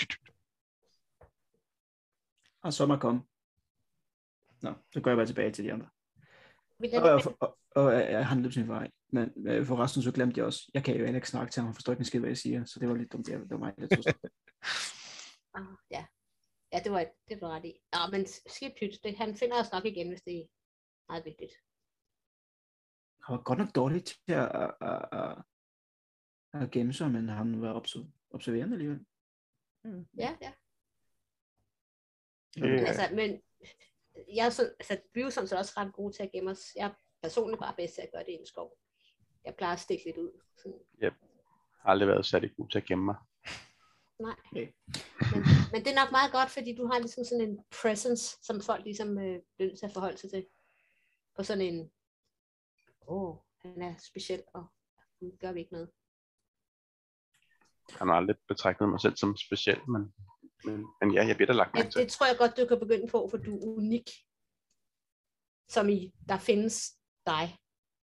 og så må komme. Nå, så går jeg bare tilbage til de andre. Vi Og, lader og, og, og, og jeg han løb sin vej. Men øh, forresten så glemte jeg også, jeg kan jo ikke snakke til ham, han forstår ikke en skid, hvad jeg siger, så det var lidt dumt, det var mig, der tog sig. Ah, ja. Ja, det var det var ret i. Nå, men skidt pyt, det, han finder os nok igen, hvis det er meget vigtigt. Han var godt nok dårlig til at, at, at, at, at gemme sig, men han var obs- observerende alligevel. Mm. Ja, ja. Det Men, er- altså, men jeg er sådan, altså, vi er jo sådan set også ret gode til at gemme os. Jeg er personligt bare bedst til at gøre det i en skov. Jeg plejer at stikke lidt ud. Sådan. har aldrig været særlig god til at gemme mig. Nej. Okay. Men, men det er nok meget godt, fordi du har ligesom sådan en presence, som folk ligesom øh, bliver nødt til at forholde sig til. På sådan en, åh, oh, han er speciel, og nu gør vi ikke noget. Jeg har aldrig betragtet mig selv som speciel, men, men, men ja, jeg bliver da lagt Ja, mærke til. det tror jeg godt, du kan begynde på, for du er unik. Som i, der findes dig.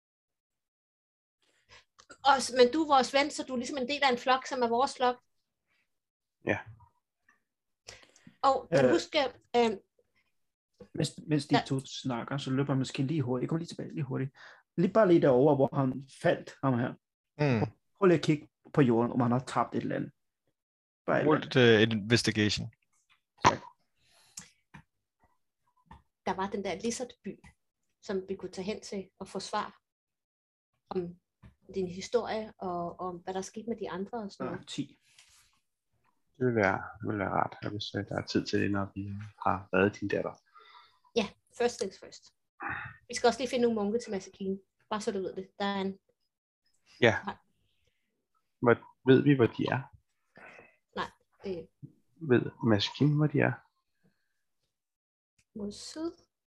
Og, men du er vores ven, så du er ligesom en del af en flok, som er vores flok. Ja. Og kan du Øh. huske, øh, Mens, mens de Ja. to snakker, så løber han måske lige hurtigt. Jeg kommer lige tilbage, lige hurtigt. Lige bare lige derover, hvor han faldt, ham her. Mm. Prøv lige at kigge på jorden, om han har tabt et eller andet. Bare et eller Rull andet. et uh, investigation. der var den der lizardby, som vi kunne tage hen til og få svar om din historie, og om hvad der skete med de andre og sådan Nå, noget. ti. Det vil være, det vil være rart, hvis øh, der er tid til det, når vi har reddet din datter. Ja, first things first. Vi skal også lige finde nogle munke til Masakine. Bare så du ved det. Der er en... Ja. Hvad, ved vi, hvor de er? Det, Ved Maskin, hvor de er? Mod syd.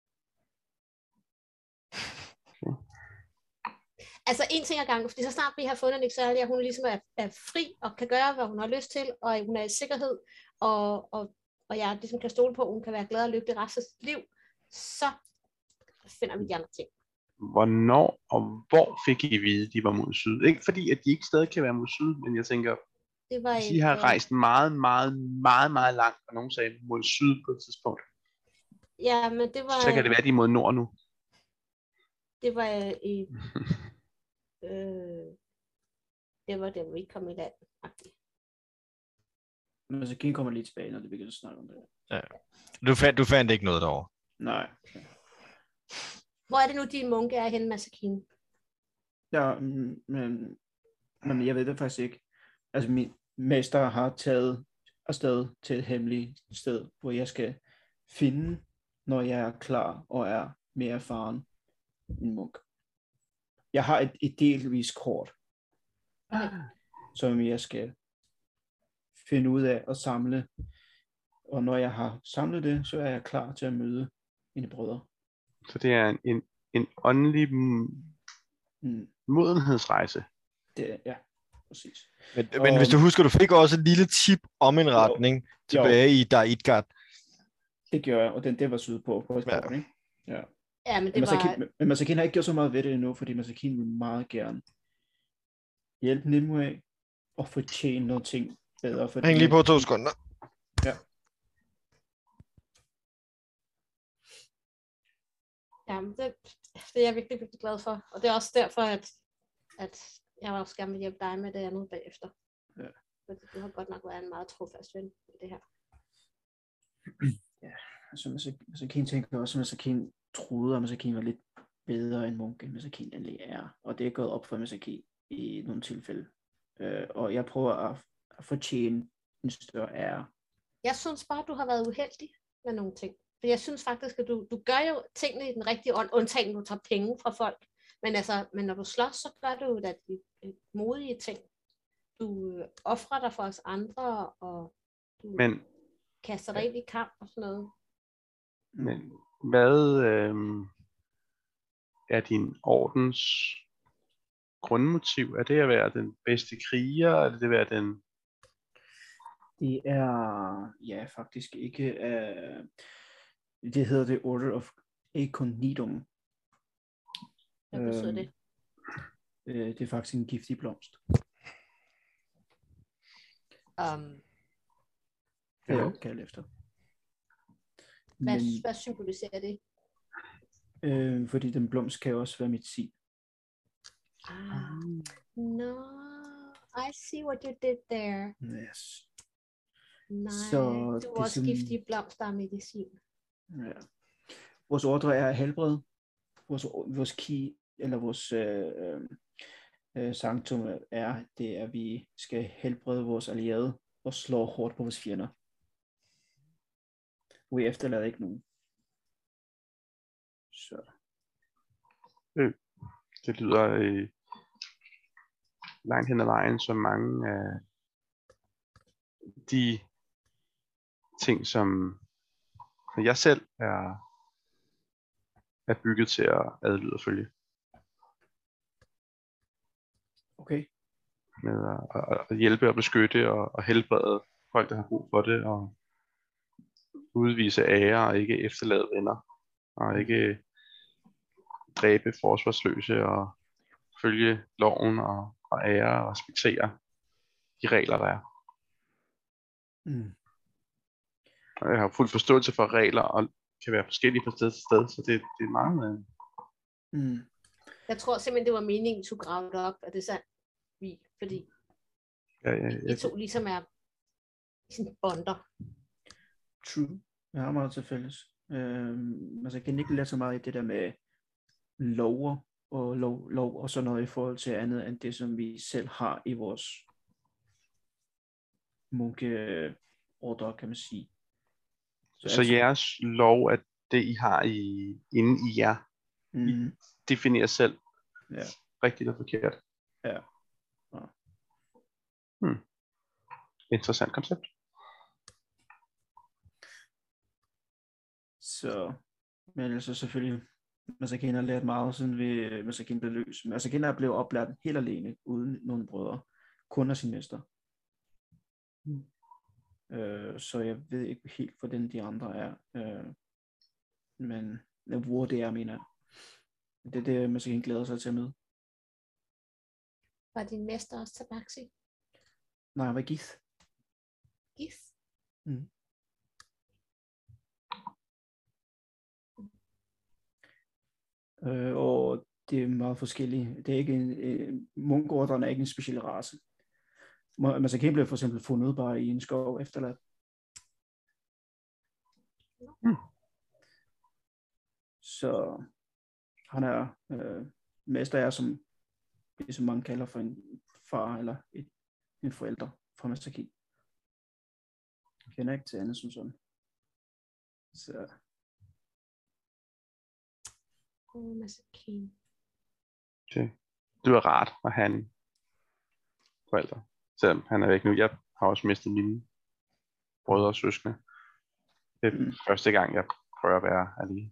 Okay. Altså en ting ad gangen, fordi så snart vi har fundet Nixalia, at hun ligesom er, er fri og kan gøre, hvad hun har lyst til, og hun er i sikkerhed, og, og, og jeg ligesom kan stole på, at hun kan være glad og lykkelig resten af sit liv, så finder vi de andre ting. Hvornår og hvor fik I at vide, at de var mod syd? Ikke fordi, at de ikke stadig kan være mod syd, men jeg tænker, Det var hvis I et, har øh, rejst meget, meget, meget, meget langt, og nogen sagde mod syd på et tidspunkt, Ja, men det var, så kan det være, at de er mod nord nu. det var øh, i, øh, det var der, vi kom i land. Men så King kommer lige tilbage, når det begynder at snakke om det. Ja. Du, fandt, du fandt ikke noget derovre? Nej. Hvor er det nu, din munke er henne, Masakine? Ja, mm, men, men jeg ved det faktisk ikke. Altså min mester har taget afsted til et hemmeligt sted, hvor jeg skal finde, når jeg er klar og er mere erfaren en munk. Jeg har et, et delvis kort, Okay. som jeg skal finde ud af og samle. Og når jeg har samlet det, så er jeg klar til at møde mine brødre. Så det er en, en, en åndelig Mm, modenhedsrejse. det er, ja, præcis. Men, Og- men hvis du husker, du fik også et lille tip om en retning tilbage i Daidgard. Det gjorde jeg, og den, det var syd på, på et Ja. kort, ikke? Ja. Ja, men det Men var... Masakin, men Masakin har ikke gjort så meget ved det endnu, fordi Masakin vil meget gerne hjælpe Nimue og fortjene nogle ting bedre. Fordi Hæng lige på to sekunder. Ja, men det, det er jeg virkelig, virkelig glad for. Og det er også derfor, at, at jeg også gerne vil hjælpe dig med det andet bagefter. Ja. Fordi du har godt nok været en meget trofast ven i det her. Altså, Masakin tænker også, at Masakin troede, at Masakin var lidt bedre end Munke, end Masakin egentlig er. Og det er gået op for Masakin i nogle tilfælde. Øh, og jeg prøver at, at fortjene en større ære. Jeg synes bare, du har været uheldig med nogle ting. For jeg synes faktisk, at du, du gør jo tingene i den rigtige ånd, undtagen du tager penge fra folk. Men, altså, men når du slås, så gør du jo da de, de modige ting. Du øh, offrer dig for os andre, og du Men, kaster dig ind i kamp og sådan noget. men hvad øh, er din ordens grundmotiv? Er det at være den bedste kriger? Er det at være den... Det er, ja, faktisk ikke, uh, det hedder det Order of Aconidum. Hvad betyder Øhm, det? Øh, det er faktisk en giftig blomst. Um, Det er jeg kaldt efter. hvad, Men, hvad symboliserer det? øh, fordi den blomst kan jo også være medicin. Ah, no, I see what you did there. Yes. Nej, Så det det var er også sådan- giftige blomster og medicin. Ja. Vores ordre er helbred. Vores, vores key, eller vores øh, øh, sanctum er, det er, at vi skal helbrede vores allierede og slå hårdt på vores fjender. Vi efterlader ikke nogen. Så. Det lyder øh, langt hen ad vejen, som mange af de ting, som jeg selv er, er bygget til at adlyde og følge. Okay. Med at, at, at hjælpe og beskytte og, og helbrede folk, der har brug for det, og udvise ære og ikke efterlade venner, og ikke dræbe forsvarsløse og følge loven og, og ære og respektere de regler, der er. Mm. Og jeg har fuld forståelse for, at regler og kan være forskellige fra sted til sted, så det, det er meget... Øh, Mm. Jeg tror simpelthen, det var meningen, du gravede det op, og det er sandt. Vi, fordi ja, ja, vi ja, to ligesom er sådan bonder. True. Jeg har meget til fælles. Øhm, altså, jeg kan ikke lade så meget i det der med lover og lov, lov og sådan noget i forhold til andet end det, som vi selv har i vores munkeordre, kan man sige. så altså- jeres lov er det, I har i, inde i jer, Mm, definerer selv ja. rigtigt og forkert. Ja. Ja. Hmm. Interessant koncept. Så, men ellers så selvfølgelig, Masakine har lært meget, siden vi Masakine blev løs. Masakine er blevet oplært helt alene, uden nogen brødre. Kun af sin mester. Mm. Øh, så jeg ved ikke helt, hvordan de andre er. Øh, men hvor det er, mener jeg. Det er det, Masakine glæder sig til at møde. Var din mester også Tabaxi? Nej, han var Gith. Gith? Mm. Øh, og det er meget forskellige. Det er ikke en, en mungordren er ikke en speciel race. Masakine blev for eksempel fundet bare i en skov efterladt. Mm. Så han er øh, mester er som det som mange kalder for en far eller et, en forælder fra Masakine. Jeg kender ikke til andet som sådan. Så oh, Masakine. Okay. Det var rart at have en forælder. Selvom han er væk nu. Jeg har også mistet mine brødre og søskende. Det er mm. første gang, jeg prøver at være alene.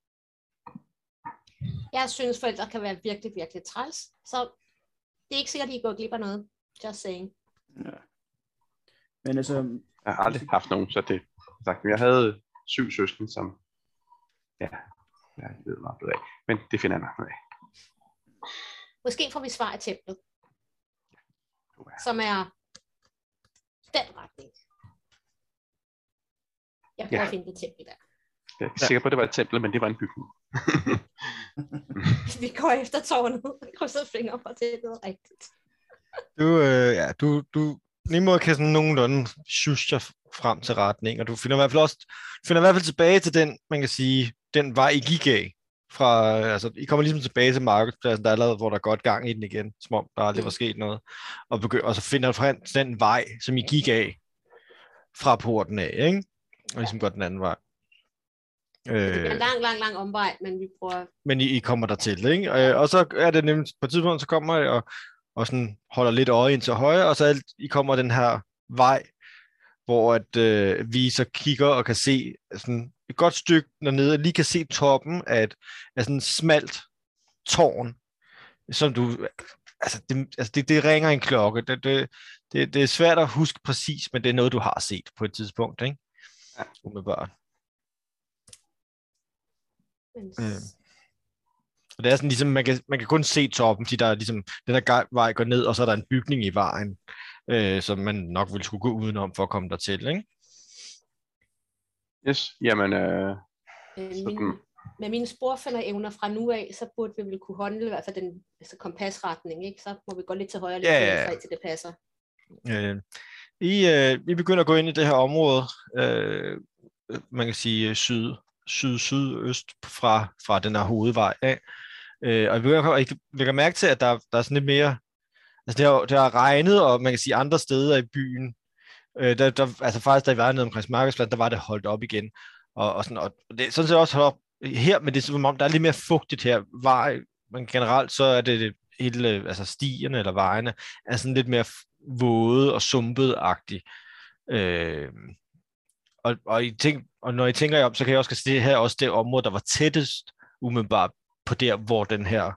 Jeg synes, forældre kan være virkelig, virkelig træls. Så det er ikke sikkert, at I går glip af noget. Just saying. Ja. Men altså... Jeg har aldrig haft nogen, så det sagt. Jeg havde syv søskende, som... Ja, jeg ved meget bedre af. Men det finder jeg nok noget af. Måske får vi svar i templet. Som er den retning. Jeg prøver ja. at finde det tempel der. Jeg er ikke sikker på, at det var et tempel, men det var en bygning. Vi går efter tårnet. Jeg krydser fingre for, det er rigtigt. Du, øh, ja, du, du Nemo kan sådan nogenlunde sjusche frem til retning, og du finder i hvert fald også, finder i hvert fald tilbage til den, man kan sige, den vej, I gik af. Fra, altså, I kommer ligesom tilbage til markedspladsen, der er allerede, hvor der er godt gang i den igen, som om der aldrig var sket noget. Og, begy- og så finder du frem til den vej, som I gik af fra porten af, ikke? Og ligesom går den anden vej. Det er en lang, lang, lang omvej, men vi prøver... Men I, I kommer der til, ikke? Og, og så er det nemlig, på et tidspunkt, så kommer I og, og sådan holder lidt øje ind til højre, og så er, I kommer den her vej, hvor at, øh, vi så kigger og kan se sådan et godt stykke dernede, lige kan se toppen af, et, af sådan en smalt tårn, som du... Altså, det, altså det, det ringer en klokke. Det, det, det, det er svært at huske præcis, men det er noget, du har set på et tidspunkt, ikke? Ja. Umiddelbart. Øh. Og det er sådan ligesom, man kan, man kan kun se toppen, fordi der er ligesom, den her vej går ned, og så er der en bygning i vejen, øh, som man nok ville skulle gå udenom for at komme dertil, ikke? Yes, jamen... Øh, min, med mine sporfinderevner fra nu af, så burde vi vel kunne håndle i hvert fald den altså kompasretning, ikke? Så må vi gå lidt til højre, lidt ja, til ja. venstre, til det passer. Øh, I, øh, I begynder at gå ind i det her område, øh, man kan sige syd, syd-sydøst fra, fra den her hovedvej af. Øh, og I begynder at lægge mærke til, at der, der er sådan lidt mere, altså det har, det har regnet, og man kan sige andre steder i byen, øh, der, der, altså faktisk da I var nede omkring markedspladsen, der var det holdt op igen. Og, og, sådan, og det er sådan set også holdt op her, men det er som om, der er lidt mere fugtigt her. Vej, men generelt så er det hele, altså stierne eller vejene, er sådan lidt mere våde og sumpet-agtigt. Øh, og, og, I tænk, og når I tænker jer om, så kan jeg også se det her også det område, der var tættest umiddelbart på der, hvor den her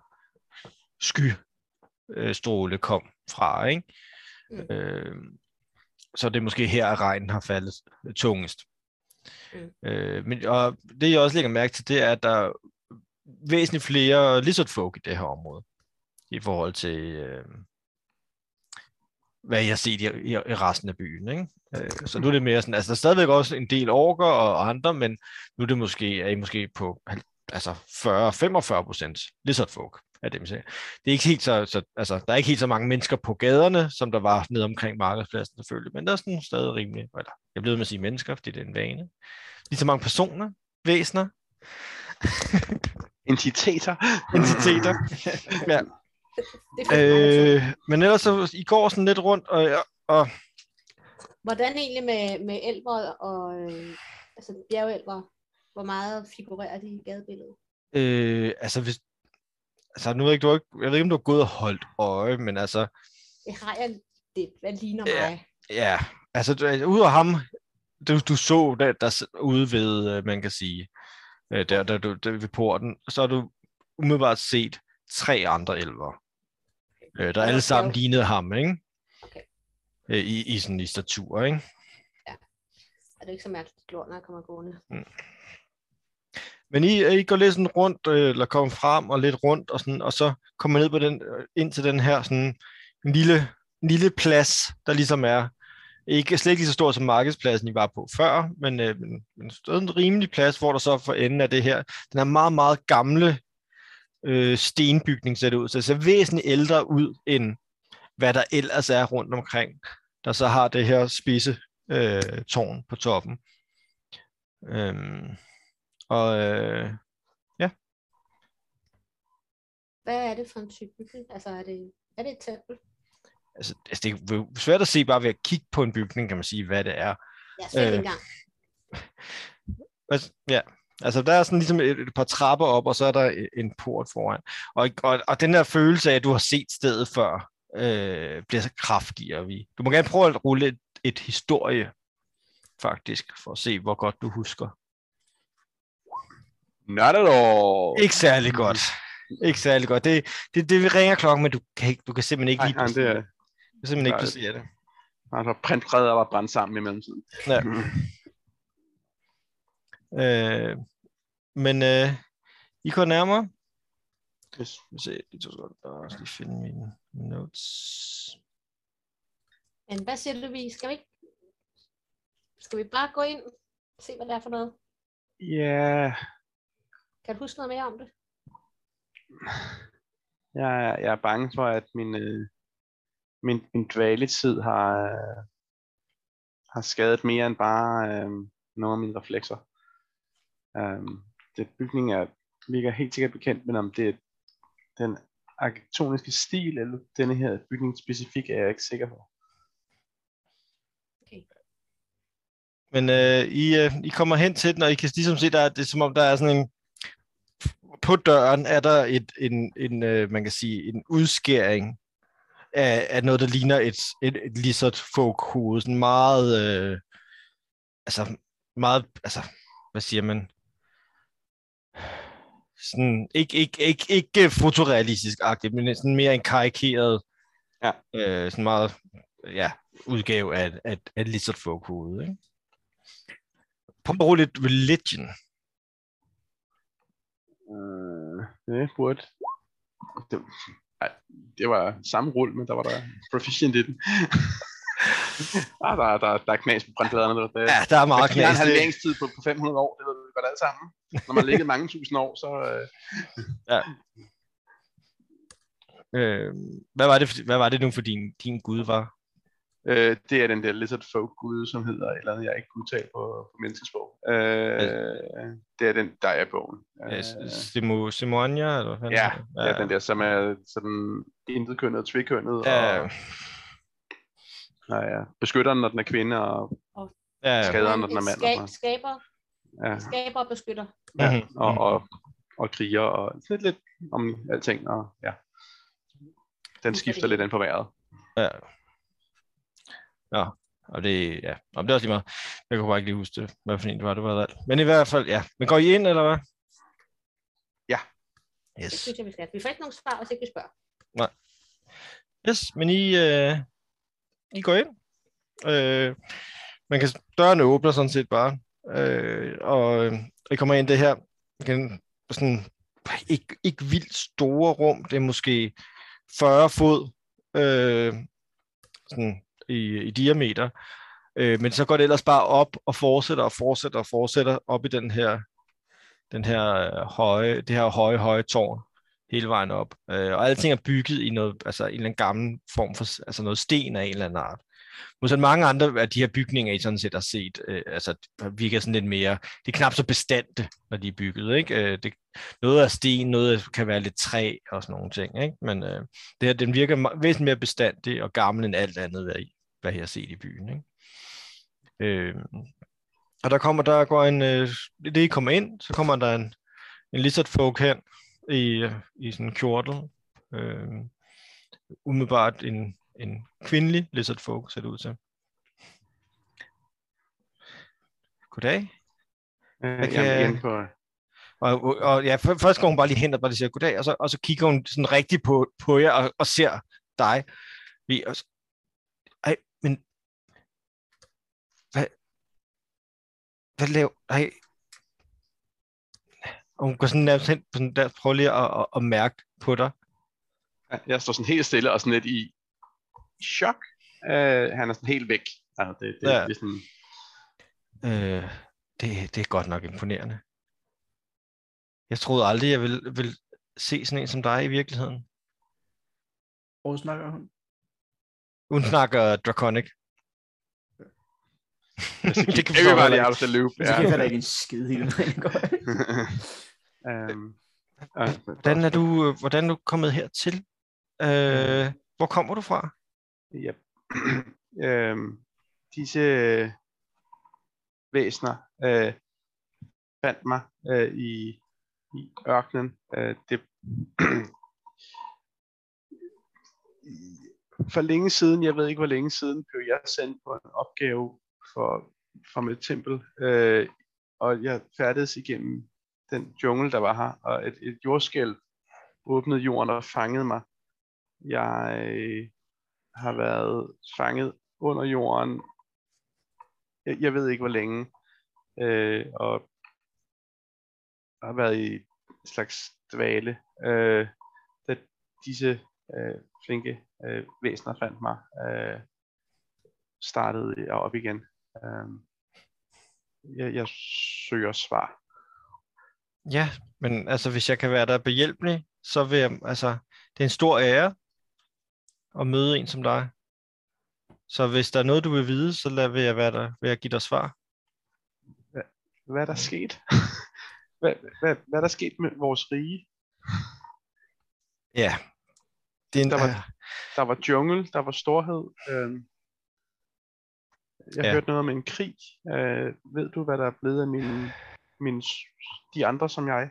skystråle kom fra, ikke? Mm. Øh, så det er måske her, at regnen har faldet tungest. Mm. Øh, men, og det jeg også lægger mærke til, det er, at der er væsentligt flere lizardfolk i det her område, i forhold til, øh, hvad jeg har set i, i, i resten af byen, ikke? Øh, så nu er det mere sådan, altså der er stadigvæk også en del orker og andre, men nu er det måske, er I måske på altså fyrre til femogfyrre procent lizardfolk af dem. Det er ikke helt så, så, altså der er ikke helt så mange mennesker på gaderne, som der var nede omkring markedspladsen selvfølgelig, men der er sådan stadig rimelig, eller jeg bliver med at sige mennesker, fordi det er en vane. Lige så mange personer, væsener. Entiteter. Entiteter. Ja. Øh, men ellers så, I går sådan lidt rundt, og, og hvordan egentlig med, med elver og øh, altså bjergelver? Hvor meget figurerer de i gadebilledet? Øh, altså hvis altså nu ved jeg ikke, du har ikke, jeg ved ikke, om du har gået og holdt øje, men altså det har jeg det, hvad ligner ja, mig? Ja, altså ud af ham, du, du så der, der ude ved, man kan sige, øh, der, der, der, der ved porten, så har du umiddelbart set tre andre elver, øh, der Og alle der sammen skal jo- lignede ham, ikke? Okay. Øh, I, i sådan i statur, ikke? Er det ikke så mærkeligt, at når jeg kommer gående? Men I, I går lidt sådan rundt, øh, eller kommer frem og lidt rundt, og, sådan, og så kommer ned på den, øh, ind til den her sådan en lille, en lille plads, der ligesom er, ikke slet ikke lige så stor som markedspladsen, I var på før, men, øh, men, men stadig en rimelig plads, hvor der så for enden af det her, den er meget, meget gamle øh, stenbygning ser det ud, så det ser væsentligt ældre ud, end hvad der ellers er rundt omkring, der så har det her spidse øh, tårn på toppen. Øhm, og øh, Hvad er det for en type bygning? Altså, er det, er det et tempel? altså, altså, det er jo svært at se bare ved at kigge på en bygning, kan man sige, hvad det er. Ja, slet Øh. ikke engang. Altså, ja, altså der er sådan ligesom et, et par trapper op, og så er der en port foran. Og, og, og den der følelse af, at du har set stedet før, øh, bliver så kraftigere. Vi. Du må gerne prøve at rulle et, et historie, faktisk, for at se, hvor godt du husker. Not at all. Ikke særlig godt. Ikke særlig godt. Det, det, det ringer klokken, men du kan, ikke, du kan simpelthen ikke Nej, lige nej, det er... Du kan simpelthen ikke Nej. placere det. Altså, printbrædder var brændt sammen i mellemtiden. Ja. Øh, men øh, I går nærmere. Yes. Skal vi se, jeg tror, jeg også lige finde mine notes. Men hvad siger du, vi skal vi ikke? Skal vi bare gå ind og se, hvad det er for noget? Ja, Kan du huske noget mere om det? jeg, er- jeg er bange for, at min, øh, min, min dvaletid har, øh, har skadet mere end bare øh, nogle af mine reflekser. Øh, det bygning er virker helt sikkert bekendt, men om det er den arkitektoniske stil, eller denne her bygning specifik, er jeg ikke sikker på. Men øh, I, øh, I kommer hen til den, og I kan ligesom se, der er, det er som om, der er sådan en... På døren er der et, en, en øh, man kan sige, en udskæring af, af noget, der ligner et, et, et lizard folk hoved. Sådan meget... Øh, altså, meget... Altså, hvad siger man? Sådan, ikke, ikke, ikke, ikke fotorealistisk-agtigt, men sådan mere en karikeret... Ja. Øh, sådan meget... Ja, udgave af, af, af et lizard folk hoved, ikke? Prøv at rulle lidt religion. Øh, det burde... Det, ej, det var samme rull, men der var der proficient i den. ah, der, der, der er knas på printpladerne. Der, der, Ja, der er meget der er en knas. Det- halveringstid på, på fem hundrede år, det ved vi godt alle sammen. Når man har ligget mange tusind år, så... Øh, Øh, hvad, var det, for- hvad var det nu for din, din gud var? øh, det er den der lizard folk gud, som hedder et eller andet, jeg ikke kunne udtale på, på menneskesprog. Øh, det er den, der er bogen. Øh, Simo, Simonia? Eller hvad Ja, fanden? ja, den der, som er sådan intetkønnet og tvikønnet, Ja, og ja, ja, beskytter den, når den er kvinde, og ja, skader, Men når den er en mand. skab, Og, skaber, ja, skaber og beskytter. ja, Mhm, og, mhm. og, og kriger, og lidt, lidt om alting, og ja. Den skifter lidt ind på vejret. ja. Ja, og det, ja. Nå, men det er også lige meget. Jeg kunne bare ikke lige huske det, hvad for en det var, det var valgt. Men i hvert fald, ja. Men går I ind, eller hvad? Ja. Det Yes. synes jeg, vi skal. Vi får ikke nogen svar, hvis ikke vi spørger. Yes, men I, øh, I går ind. Øh, man kan, dørene åbner sådan set bare. Øh, og øh, I kommer ind i det her, igen, sådan, ikke, ikke vildt store rum. Det er måske fyrre fod øh, sådan, i, i diameter. Øh, men så går det ellers bare op og fortsætter og fortsætter og fortsætter op i den her, den her øh, høje, det her høje, høje tårn hele vejen op. Øh, og alting er bygget i noget, altså en eller anden gammel form for, altså noget sten af en eller anden art. Modsat mange andre af de her bygninger, I sådan set har set, øh, altså virker sådan lidt mere, det er knap så bestandte, når de er bygget, ikke? Øh, det, noget er sten, noget kan være lidt træ og sådan nogle ting, ikke? Men øh, det her, den virker me- væsentligt mere bestandig og gammel end alt andet, hvad, I, hvad jeg har set i byen, ikke? Øh, og der kommer, der går en, øh, det I kommer ind, så kommer der en, en lizard folk hen i, i sådan en kjortel. Øh, umiddelbart en, en kvindelig lizard folk, ser det ud til. Goddag. Øh, Hvad jamen, kan- igen på, Og, og, og ja, for, først går hun bare lige hen og bare lige siger goddag, og så, og så kigger hun sådan rigtig på, på jer og, og ser dig. Vi, og, ej, men hvad, hvad laver, ej, og hun går sådan nærmest hen på sådan der, prøver lige at, at, at mærke på dig. Ja, jeg står sådan helt stille og sådan lidt i chok. Uh, han er sådan helt væk. Altså, det, det, Ja. det er sådan... Øh, det, det er godt nok imponerende. Jeg troede aldrig, jeg ville, ville se sådan en som dig i virkeligheden. Hvor snakker hun? Hun snakker Draconic. det kan vi bare lige out of the loop. Så kan jeg ikke en skid hele vejen. um, hvordan er du, hvordan er du kommet hertil? Øh, hvor kommer du fra? Ja. øhm, disse væsner øh, fandt mig øh, i, i ørkenen. Øh, det for længe siden, jeg ved ikke hvor længe siden, blev jeg sendt på en opgave for, for mit tempel, øh, og jeg færdedes igennem den jungle, der var her, og et, et jordskælv åbnede jorden og fangede mig. Jeg øh, har været fanget under jorden, jeg, jeg ved ikke hvor længe, øh, og har været i et slags dvale, øh, da disse øh, flinke øh, væsener fandt mig, øh, startede jeg op igen. Øh, jeg, jeg søger svar. Ja, men altså hvis jeg kan være der behjælpelig, så vil jeg, altså det er en stor ære at møde en som dig. Så hvis der er noget, du vil vide, så lad, vil jeg være der, vil jeg give dig svar. Hvad, hvad er der sket? hvad, hvad, hvad er der sket med vores rige? Ja. Det er en, der, var, der var jungle, der var storhed. Øh, jeg ja. hørte noget om en krig. Øh, ved du, hvad der er blevet af mine, mine, de andre som jeg?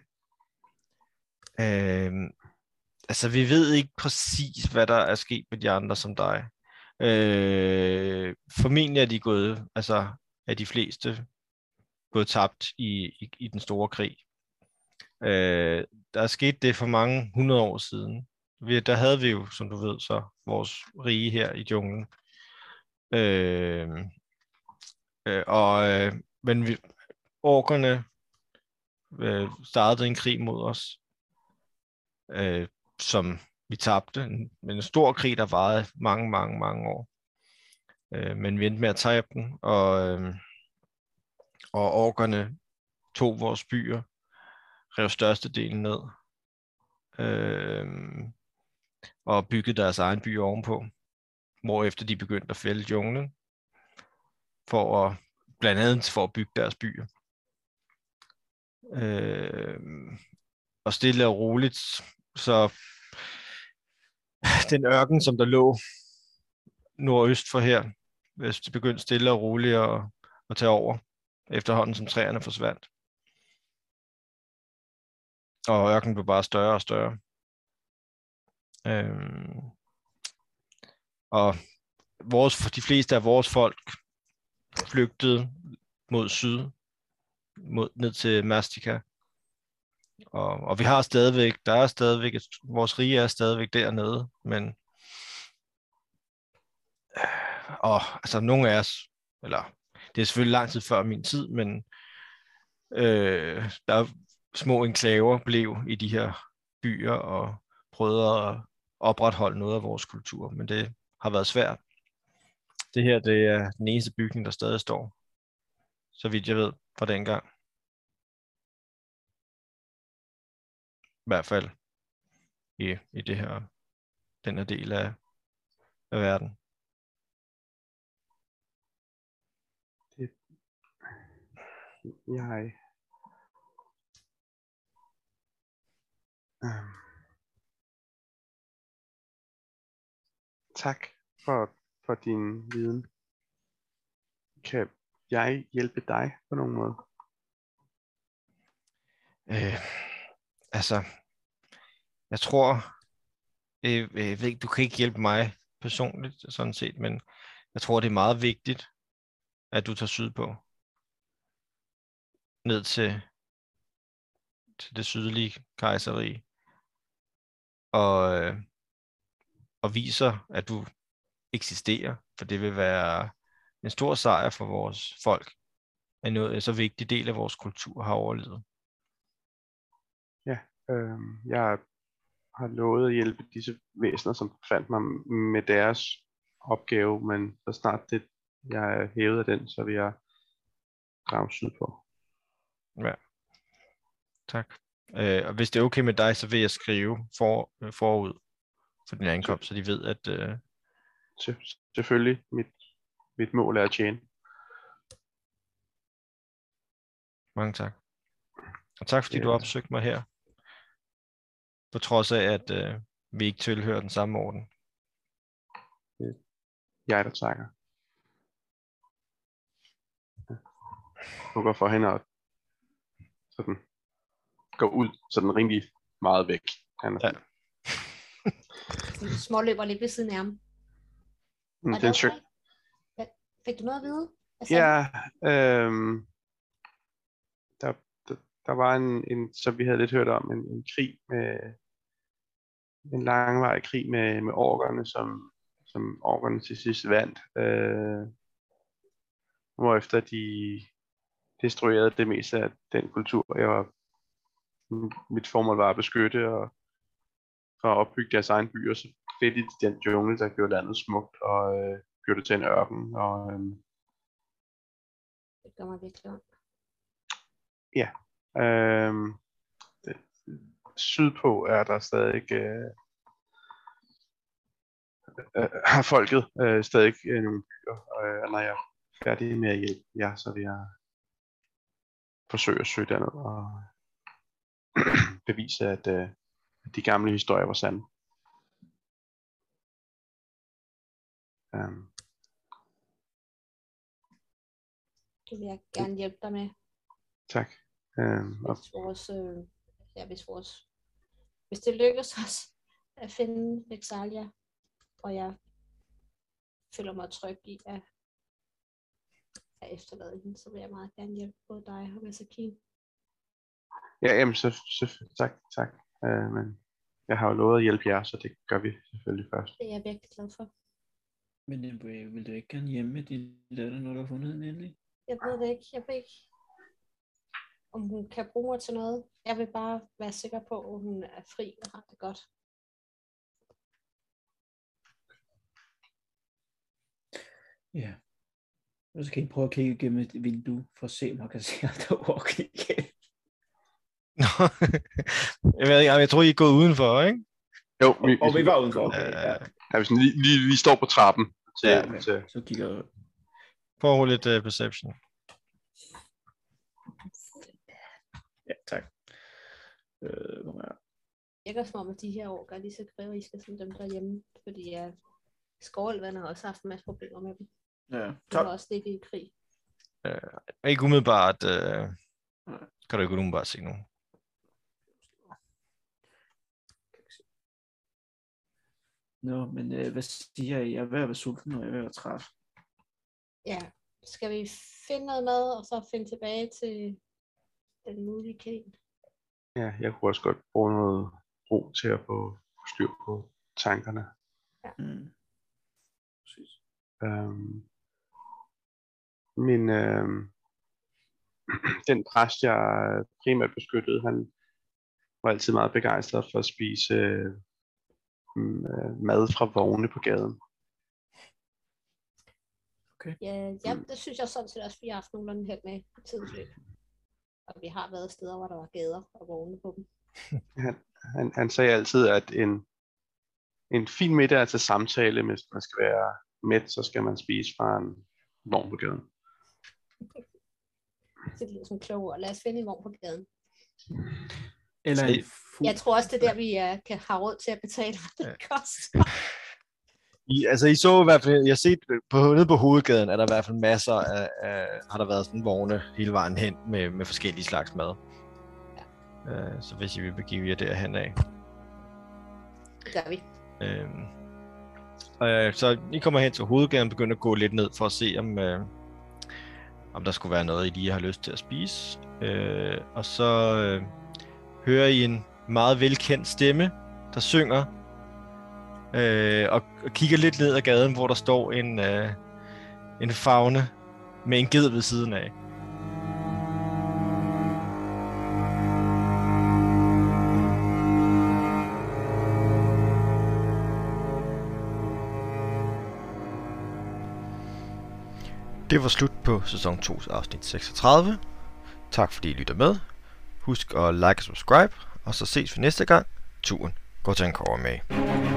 Øh, altså, vi ved ikke præcis, hvad der er sket med de andre som dig. Øh, formentlig er de gået, altså er de fleste gået tabt i, i, i den store krig. Øh, der er sket det for mange hundrede år siden. Vi, der havde vi jo, som du ved, så vores rige her i junglen. Øh, øh, og, øh, men vi, orkerne øh, startede en krig mod os, øh, som vi tabte. Men en stor krig, der varede mange, mange, mange år. Øh, men vi endte med at tabe den, og, øh, og orkerne tog vores byer, rev størstedelen ned, øh, og byggede deres egen by ovenpå, hvorefter de begyndte at fælde junglen, for at, blandt andet for at bygge deres byer. Øh, og stille og roligt, så den ørken, som der lå nordøst for her, hvis det begyndte stille og roligt at, at tage over, efterhånden som træerne forsvandt. Og ørkenen blev bare større og større. Øhm, og vores, de fleste af vores folk flygtede mod syd, mod, ned til Mastika. Og, og vi har stadigvæk, der er stadigvæk, et, vores rige er stadigvæk dernede, men og altså nogle af os, eller det er selvfølgelig lang tid før min tid, men øh, der er små enklaver blev i de her byer og prøvede at opretholde noget af vores kultur, men det har været svært. Det her, det er den eneste bygning, der stadig står, så vidt jeg ved, fra dengang. I hvert fald i, i det her, den her del af, af verden. Det, jeg um, tak for, for din viden. Kan jeg hjælpe dig på nogen måde? Øh, altså, jeg tror, øh, jeg ved ikke, du kan ikke hjælpe mig personligt, sådan set, men jeg tror, det er meget vigtigt, at du tager sydpå. Ned til til det sydlige kejserrige, og, øh, og viser, at du eksisterer, for det vil være en stor sejr for vores folk, at noget så vigtig del af vores kultur har overlevet. Ja, øh, jeg har lovet at hjælpe disse væsener, som fandt mig med deres opgave, men så snart det, jeg er hævet af den, så vil jeg grave sydpå. Ja, tak. Øh, og hvis det er okay med dig, så vil jeg skrive for, øh, forud for din ankomst, så de ved, at... Øh... Til, selvfølgelig. Mit, mit mål er at tjene. Mange tak. Og tak, fordi Ja. du opsøgte mig her. På trods af, at øh, vi ikke tilhører den samme orden. Jeg der takker. Nu går for hende og sådan går ud sådan rimelig meget væk. Han er Ja. Sådan småløber lidt ved siden af ham. Mm, Var det er en okay? søg. Hvad- Fik du noget at vide? Hvad sagde Ja, øhm, der, der, der var en, en, som vi havde lidt hørt om, en, en krig med, en langvarig krig med, med orkerne, som, som orkerne til sidst vandt. Øh, hvorefter de destruerede det meste af den kultur, jeg var, mit formål var at beskytte og for at opbygge deres egen by, og så fik de den jungle, der gjorde landet smukt og øh, gjorde det til en ørken. Og, øh, Det gør mig virkelig ondt. Øhm, det, sydpå er der stadig øh, øh, har folket øh, stadig øh, nogle byer, øh, og når jeg er færdig med at hjælpe jer, så vil jeg forsøge at søge derned og bevise, at øh, de gamle historier var sande. Um, Det vil jeg gerne hjælpe dig med. tak. Um, og, Hvis vores, øh, ja, hvis vores, hvis det lykkes os at finde Vexalia, og jeg føler mig tryg i at, at efterlade hende, så vil jeg meget gerne hjælpe både dig og Masakine. ja, jamen, så, så, tak, tak. Uh, men jeg har jo lovet at hjælpe jer, så det gør vi selvfølgelig først. Det er jeg virkelig glad for. Men øh, vil du ikke gerne hjem med din datter, når du har fundet hende endelig? Jeg ved det ikke. Jeg ved ikke, om hun kan bruge mig til noget. Jeg vil bare være sikker på, at hun er fri og har det godt. Ja. Og så kan I prøve at kigge igennem et vindue, for at se, om man kan se andre ork igen. Nå, jeg ved ikke, jeg tror, I er gået udenfor, ikke? Jo, Og, og vi var udenfor. Okay, ja. Ja, vi, sådan, lige, lige, vi står på trappen til, Ja, ja, til Så kigger jeg. Prøv at holde lidt uh, perception. Ja, tak. Øh, hvor er jeg? Jeg gør som om, at de her år gør lige så krigeriske som dem derhjemme, fordi jeg Skovlvand har også haft en masse problemer med dem. Ja, De top. har også ligget i krig. Uh, ikke umiddelbart, uh, kan du ikke umiddelbart se nogen. Nå, men øh, hvad siger I? Jeg er ved at være sulten, og jeg er ved at være træt. Ja, skal vi finde noget mad, og så finde tilbage til den mulige kanin? Ja, jeg kunne også godt bruge noget ro til at få styr på tankerne. Mm. Præcis. Øhm, min, øhm, den præst, jeg primært beskyttede, han var altid meget begejstret for at spise øh, mad fra vogne på gaden. Ja, ja, det synes jeg sådan set også, vi har haft nogenlunde held med i tidens løb. Og vi har været steder, hvor der var gader og vogne på dem. Han, han, han sagde altid, at en, en fin middag er til samtale, hvis man skal være mæt, så skal man spise fra en vogn på gaden. Så det lyder som kloge ord. Lad os finde en vogn på gaden. Eller Se. en fugl. Jeg tror også, det er der, vi uh, kan have råd til at betale, hvad det koster. I, altså I så i hvert fald, jeg har set på, nede på hovedgaden, er der i hvert fald masser af, af har der været sådan vogne hele vejen hen med, med forskellige slags mad. Ja. Uh, så hvis I vil begive jer derhen af. Det gør vi. Uh, uh, så I kommer hen til hovedgaden og begynder at gå lidt ned for at se, om, uh, om der skulle være noget, I lige har lyst til at spise. Uh, og så uh, hører I en meget velkendt stemme, der synger, øh, og, og kigger lidt ned ad gaden, hvor der står en, øh, en faune med en ged ved siden af. Det var slut på sæson to afsnit seksogtredive. Tak fordi I lytter med. Husk at like og subscribe, og så ses vi næste gang. Turen går til en kåre med.